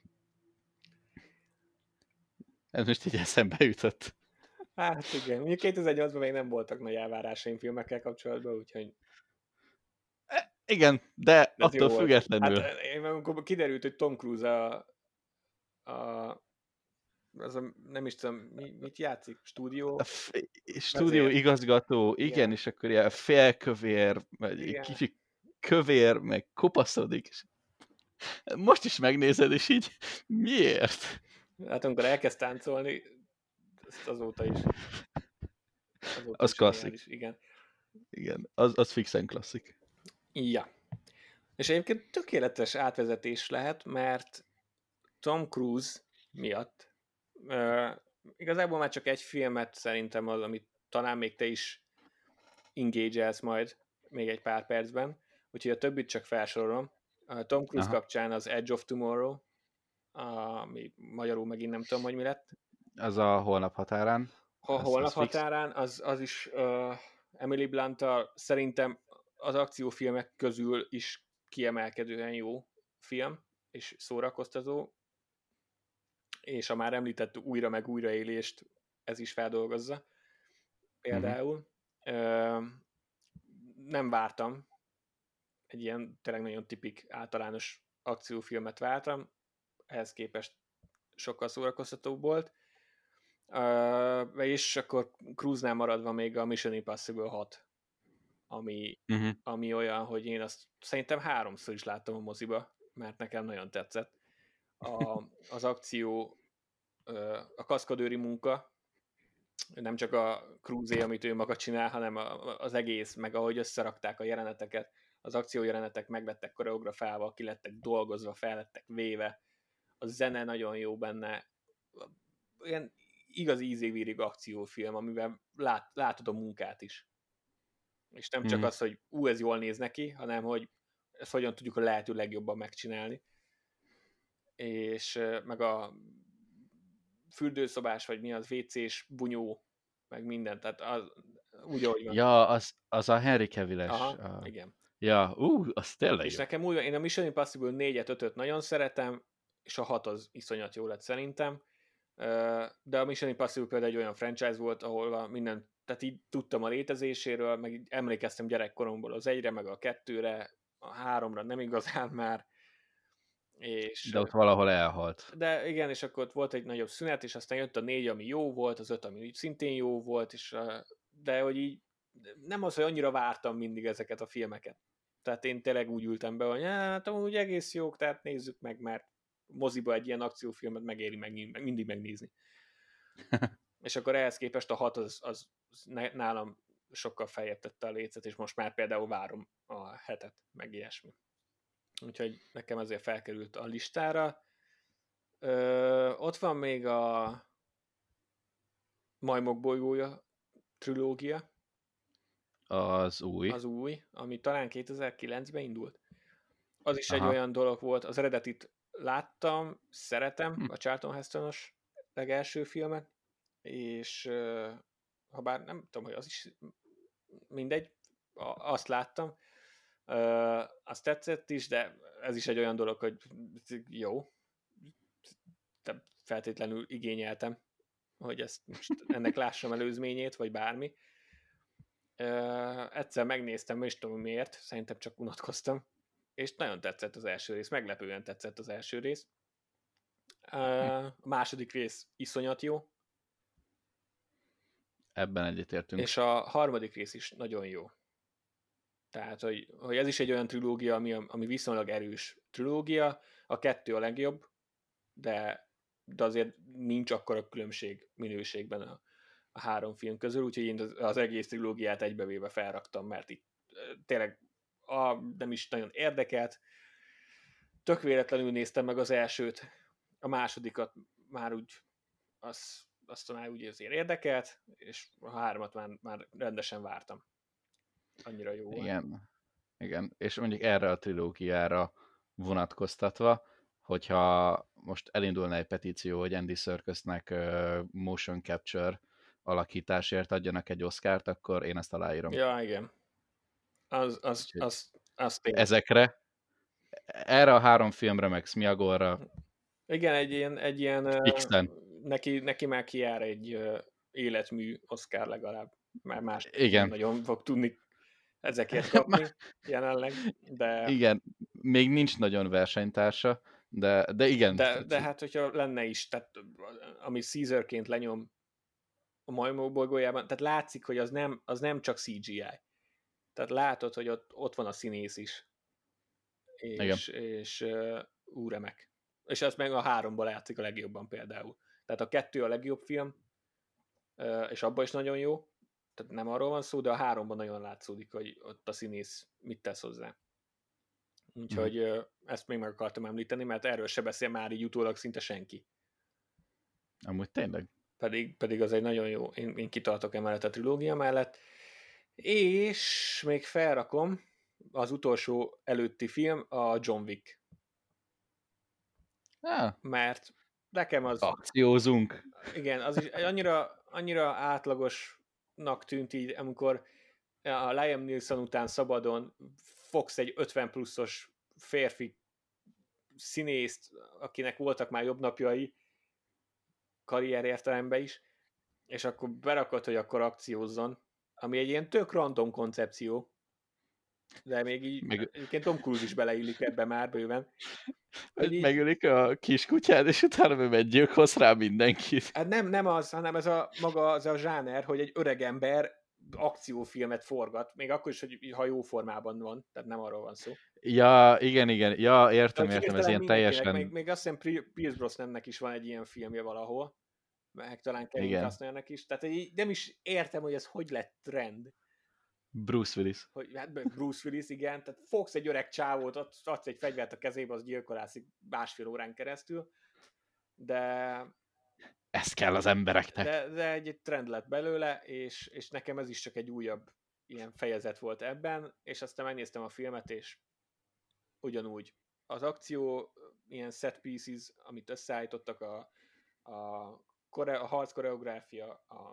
Ez most így eszembe jutott. Hát igen, mondjuk 2008-ban még nem voltak nagy elvárásaim filmekkel kapcsolatban, úgyhogy... Igen, de attól függetlenül. Hát, amikor kiderült, hogy Tom Cruise nem is tudom, mit játszik? Stúdió? Stúdió igazgató, igen, és akkor ilyen félkövér, egy kicsit kövér, meg kopaszodik. Most is megnézed, és így miért? Hát amikor elkezd táncolni, ezt azóta is. Az klasszik. Igen. Igen, az fixen klasszik. Ja. És egyébként tökéletes átvezetés lehet, mert Tom Cruise miatt igazából már csak egy filmet szerintem az, amit talán még te is engage-elsz majd még egy pár percben, úgyhogy a többit csak felsorolom. Tom Cruise kapcsán az Edge of Tomorrow, ami magyarul megint nem tudom, hogy mi lett. Az a Holnap határán. Holnap határán, az is Emily Blunt-tal szerintem az akciófilmek közül is kiemelkedően jó film, és szórakoztató, és a már említett újra meg újraélést ez is feldolgozza. Például nem vártam, egy ilyen tényleg nagyon tipik általános akciófilmet vártam, ehhez képest sokkal szórakoztatóbb volt. És akkor Cruise-nál maradva még a Mission Impossible 6, ami olyan, hogy én azt szerintem 3-szor is láttam a moziba, mert nekem nagyon tetszett. Az akció, a kaszkadőri munka, Nem csak a Cruise, amit ő maga csinál, hanem az egész, meg ahogy összerakták a jeleneteket, az akciójelenetek meglettek koreografálva, ki lettek dolgozva, fel lettek véve, a zene nagyon jó benne, ilyen igazi ízévírig akciófilm, amivel látod a munkát is. És nem csak az, hogy ez jól néz neki, hanem hogy ezt hogyan tudjuk a lehető legjobban megcsinálni. És meg a fürdőszobás, vagy mi az, WC-s bunyó, meg minden, tehát úgy, ahogy van. Ja, az a Henry Cavill-es. Aha, igen. Ja, az tényleg És jó. nekem úgy, én a Mission Impossible 4-et, 5-öt nagyon szeretem, és a 6 az iszonyat jó lett szerintem. De a Mission Impossible például egy olyan franchise volt, ahol minden, tehát így tudtam a létezéséről, meg így emlékeztem gyerekkoromból az 1-re, meg a 2-re, a 3-ra nem igazán már. És, de ott valahol elhalt. De igen, és akkor ott volt egy nagyobb szünet, és aztán jött a 4, ami jó volt, az 5, ami szintén jó volt, és, de hogy így nem az, hogy annyira vártam mindig ezeket a filmeket. Tehát én tényleg úgy ültem be, hogy hát amúgy egész jók, tehát nézzük meg, mert moziba egy ilyen akciófilmet megéri mindig megnézni. És akkor ehhez képest a 6 az nálam sokkal feljebb tette a lécet, és most már például várom a 7-et, meg ilyesmi. Úgyhogy nekem ezért felkerült a listára. Ott van még a Majmok bolygója trilógia. Az új. Az új, ami talán 2009-ben indult. Az is egy olyan dolog volt, az eredetit láttam, szeretem, a Charlton Hestonos legelső filmet, és ha bár nem tudom, hogy az is mindegy, azt láttam, azt tetszett is, de ez is egy olyan dolog, hogy jó, de feltétlenül igényeltem, hogy ezt most ennek lássam előzményét, vagy bármi. Egyszer megnéztem, és tudom miért, szerintem csak unatkoztam, és nagyon tetszett az első rész, meglepően tetszett az első rész. A második rész iszonyat jó. Ebben egyetértünk. És a harmadik rész is nagyon jó. Tehát, hogy ez is egy olyan trilógia, ami viszonylag erős trilógia, a 2 a legjobb, de azért nincs akkora különbség minőségben a 3 film közül, úgyhogy én az egész trilógiát egybevéve felraktam, mert itt tényleg nem is nagyon érdekelt. Tök véletlenül néztem meg az elsőt, a másodikat már úgy azt már úgy azért érdekelt, és a 3-at már rendesen vártam. Annyira jó volt. Igen, és mondjuk erre a trilógiára vonatkoztatva, hogyha most elindulna egy petíció, hogy Andy Serkisnek motion capture alakításért adjanak egy Oscart, akkor én ezt aláírom. Ja, igen. Az tényleg. Ezekre, erre a 3 filmre, meg Smiagolra. Igen, egy ilyen neki már kijár egy életmű Oscar legalább. Már más nem nagyon fog tudni ezekért kapni jelenleg, de... Igen, még nincs nagyon versenytársa, de igen. De hát, hogyha lenne is, tehát ami Caesarként lenyom a Majmok bolygójában, tehát látszik, hogy az nem csak CGI. Tehát látod, hogy ott van a színész is. És remek. És ez meg a 3-ból látszik a legjobban például. Tehát a 2 a legjobb film, és abban is nagyon jó, tehát nem arról van szó, de a 3-ban nagyon látszódik, hogy ott a színész mit tesz hozzá. Úgyhogy ezt még meg akartam említeni, mert erről se beszél már így utólag szinte senki. Amúgy tényleg. Pedig az egy nagyon jó, én kitartok emellett a trilógia mellett, és még felrakom az utolsó előtti film, a John Wick. Mert nekem az... Akciózunk. Igen, az is annyira átlagosnak tűnt így, amikor a Liam Neeson után szabadon fogsz egy 50 pluszos férfi színészt, akinek voltak már jobb napjai, karrier értelemben is, és akkor berakod, hogy akkor akciózzon, ami egy ilyen tök random koncepció, de még így egyébként Tom Cruise is beleillik ebbe már bőven. Megölik a kiskutyát, és utána meggyilkolsz rá mindenkit. Hát nem az, hanem ez a zsáner, hogy egy öreg ember akciófilmet forgat, még akkor is, hogy ha jó formában van, tehát nem arról van szó. Ja, igen, ja, értem, ez ilyen teljesen... Még azt hiszem Pierce Brosnannek is van egy ilyen filmje valahol, meg talán Kevin Igen. Costnernek is, tehát így nem is értem, hogy ez hogy lett trend. Bruce Willis. Hogy, hát Bruce Willis, igen, tehát fogsz egy öreg csávót, adsz egy fegyvert a kezébe, az gyilkolászik 1,5 órán keresztül, de Ez kell az embereknek. de egy trend lett belőle, és nekem ez is csak egy újabb ilyen fejezet volt ebben, és aztán megnéztem a filmet, és ugyanúgy. Az akció, ilyen set pieces, amit összeállítottak, a harc koreográfia,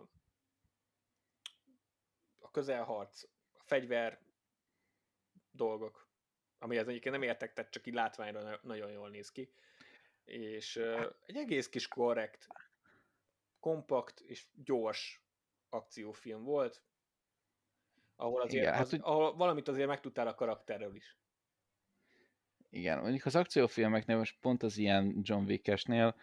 a közelharc, a fegyver dolgok, amihez egyébként nem értek, tehát csak így látványra nagyon jól néz ki. És egy egész kis korrekt, kompakt és gyors akciófilm volt, ahol azért Igen, hát, ahol valamit azért megtudtál a karakterről is. igen, mondjuk az akciófilmeknél most pont az ilyen John Wick-esnél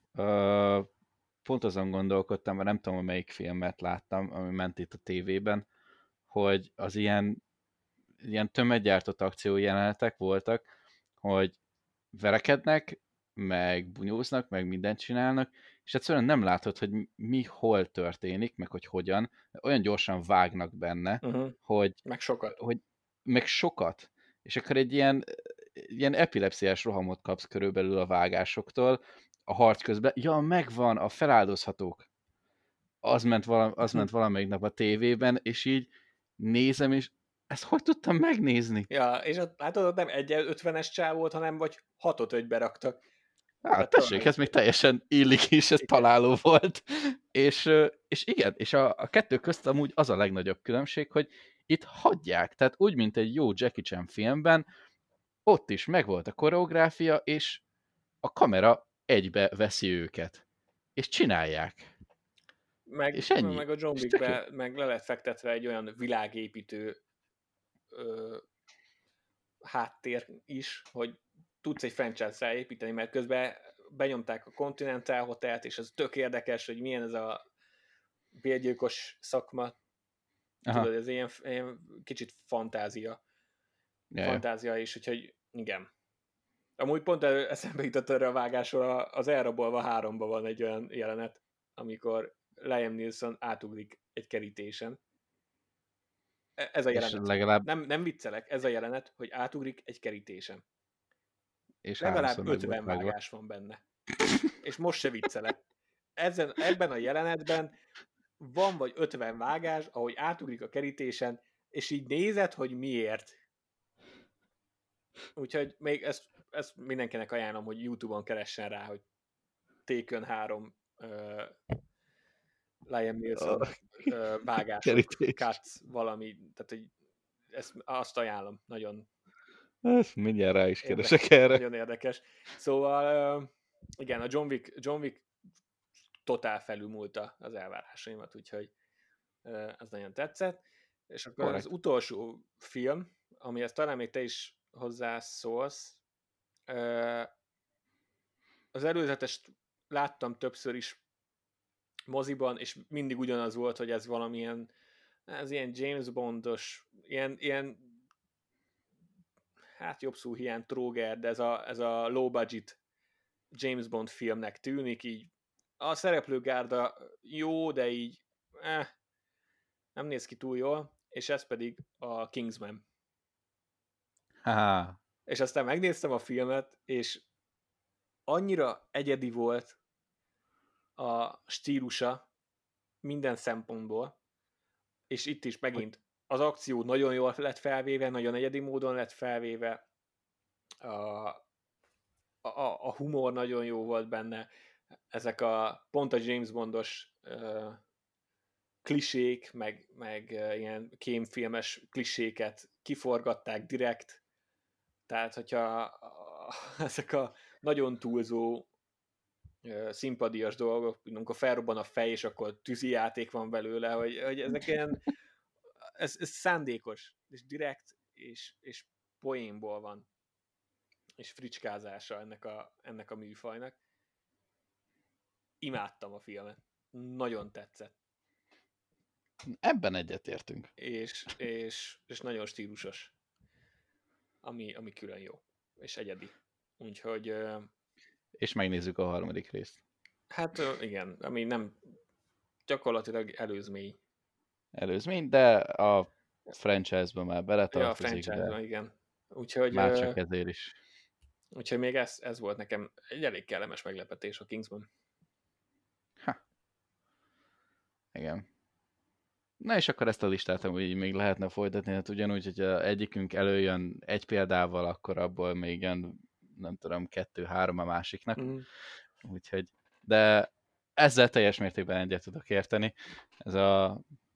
pont azon gondolkodtam, mert nem tudom, hogy melyik filmet láttam, ami ment itt a tévében, hogy az ilyen tömeggyártott akciójelenetek voltak, hogy verekednek, meg bunyóznak, meg mindent csinálnak, és egyszerűen nem látod, hogy mi hol történik, meg hogy hogyan. Olyan gyorsan vágnak benne, hogy meg sokat. És akkor egy ilyen epilepsziás rohamot kapsz körülbelül a vágásoktól, a harc közben. Ja, megvan, a feláldozhatók. Az ment valamelyik nap a tévében, és így nézem, és ezt hogy tudtam megnézni? Ja, és látod, nem egy 50-es csáv volt, hanem vagy 6-5 beraktak. Hát tessék, ez még teljesen illik is, ez találó volt. És igen, és a kettő közt amúgy az a legnagyobb különbség, hogy itt hagyják, tehát úgy, mint egy jó Jackie Chan filmben, ott is megvolt a koreográfia, és a kamera egybe veszi őket. És csinálják. És ennyi. Meg a John Wickbe meg le lett fektetve egy olyan világépítő háttér is, hogy tudsz egy franchise-ra építeni, mert közben benyomták a Continental Hotelt, és ez tök érdekes, hogy milyen ez a bérgyilkos szakma. Aha. Tudod, ez ilyen kicsit fantázia. Yeah. Fantázia is, úgyhogy igen. Amúgy pont eszembe jutott erre a vágásról, az Elrabolva 3-ban van egy olyan jelenet, amikor Liam Neeson átugrik egy kerítésen. Ez a jelenet. Legalább... Nem viccelek, ez a jelenet, hogy átugrik egy kerítésen. És legalább 50 vágás van benne. És most se viccelek. Ebben a jelenetben van vagy 50 vágás, ahogy átugrik a kerítésen, és így nézed, hogy miért. Úgyhogy még ezt mindenkinek ajánlom, hogy YouTube-on keressen rá, hogy Taken 3 Liam Neeson vágások, cuts, valami, tehát hogy azt ajánlom, nagyon mindjárt rá is keresek erre. Nagyon érdekes. Szóval igen, a John Wick totál felülmúlta az elvárásaimat, úgyhogy ez nagyon tetszett. És akkor correct. Az utolsó film, amihez talán még te is hozzászólsz, az előzetest láttam többször is moziban, és mindig ugyanaz volt, hogy ez valamilyen, ez ilyen James Bondos, ilyen hát jobb szó hiány tróger, de ez a low budget James Bond filmnek tűnik, így a szereplőgárda jó, de így nem néz ki túl jól, és ez pedig a Kingsman. Ha. És aztán megnéztem a filmet, és annyira egyedi volt a stílusa minden szempontból, és itt is megint az akció nagyon jól lett felvéve, nagyon egyedi módon lett felvéve, a humor nagyon jó volt benne, ezek pont a James Bondos klisék, meg ilyen kémfilmes kliséket kiforgatták direkt, tehát hogyha ezek a nagyon túlzó szimpadias dolgok, amikor felrobban a fej, és akkor tűzijáték van belőle, hogy ezek ilyen, ez szándékos, és direkt, és poénból van, és fricskázása ennek a műfajnak. Imádtam a filmet. Nagyon tetszett. Ebben egyetértünk. És nagyon stílusos. Ami külön jó. És egyedi. Úgyhogy... És megnézzük a harmadik részt. Hát igen, ami nem gyakorlatilag előzmény. Előzmény, de a franchise-ba már Ja, a beletartozik, de franchise-ban, igen. Úgyhogy, már csak ezért is. úgyhogy még ez volt nekem egy elég kellemes meglepetés a Kingsman. Ha, igen. Na és akkor ezt a listát amúgy még lehetne folytatni, hát ugyanúgy, hogy egyikünk előjön egy példával, akkor abból még jön, nem tudom, 2-3 a másiknak. Mm. Úgyhogy, de ezzel teljes mértékben egyet tudok érteni. Ez a...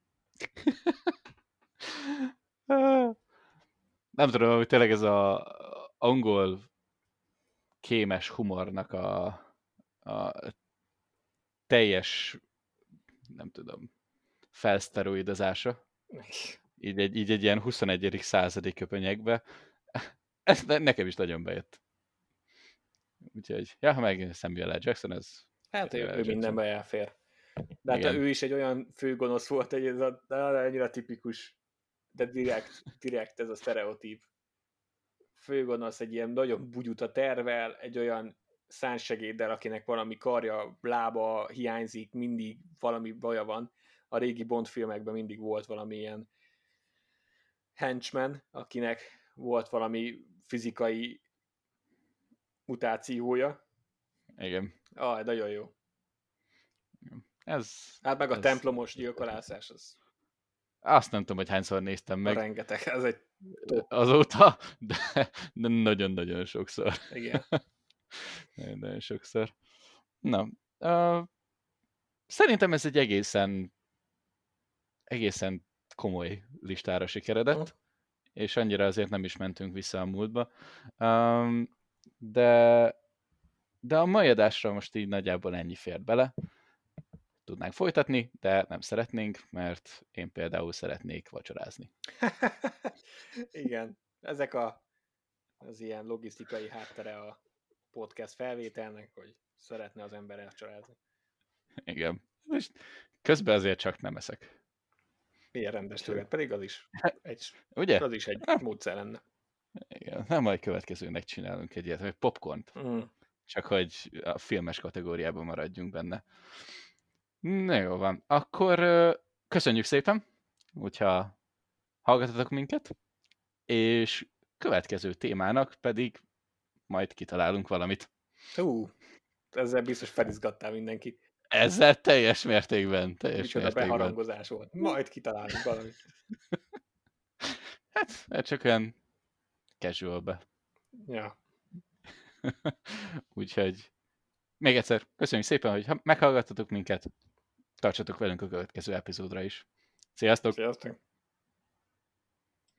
nem tudom, hogy tényleg ez a angol kémes humornak a teljes, nem tudom, felszteroidozása. Így egy ilyen 21. századi köpönyekbe. Ez nekem is nagyon bejött. Úgyhogy, ja, meg Samuel L. Jackson, ez... Hát ő Jackson. mindenbe elfér. De hát ő is egy olyan főgonosz volt, hogy ez annyira tipikus, de direkt ez a sztereotíp. Főgonosz egy ilyen nagyon bugyuta tervel, egy olyan szánsegéddel, akinek valami karja, lába hiányzik, mindig valami baja van. A régi Bond filmekben mindig volt valami ilyen henchman, akinek volt valami fizikai mutációja. Igen. Nagyon jó. Hát meg a templomos gyilkolászás, az azt nem tudom, hogy hányszor néztem meg. rengeteg, ez egy top. Azóta, de nagyon-nagyon sokszor. Igen. Nagyon sokszor. Na, szerintem ez egy egészen komoly listára sikeredett, és annyira azért nem is mentünk vissza a múltba. De a mai adásra most így nagyjából ennyi fér bele. Tudnánk folytatni, de nem szeretnénk, mert én például szeretnék vacsorázni. Igen, ezek az ilyen logisztikai háttere a podcast felvételnek, hogy szeretne az ember elcsalázni. Igen. És közben azért csak nem eszek. Milyen rendes tőled, pedig Ugye? az is egy módszer lenne. Igen, nem majd következőnek csinálunk egy ilyet, vagy popcornt. Csak hogy a filmes kategóriában maradjunk benne. Na jó van. Akkor köszönjük szépen, hogyha hallgatotok minket, és következő témának pedig majd kitalálunk valamit. Ezzel biztos felizgattál mindenkit. Ezzel teljes mértékben. Micsoda beharangozás volt. Majd kitalálunk valamit. Hát csak olyan casual-be. Ja. Úgyhogy még egyszer köszönjük szépen, hogy meghallgattatok minket. Tartsatok velünk a következő epizódra is. Sziasztok! Sziasztok!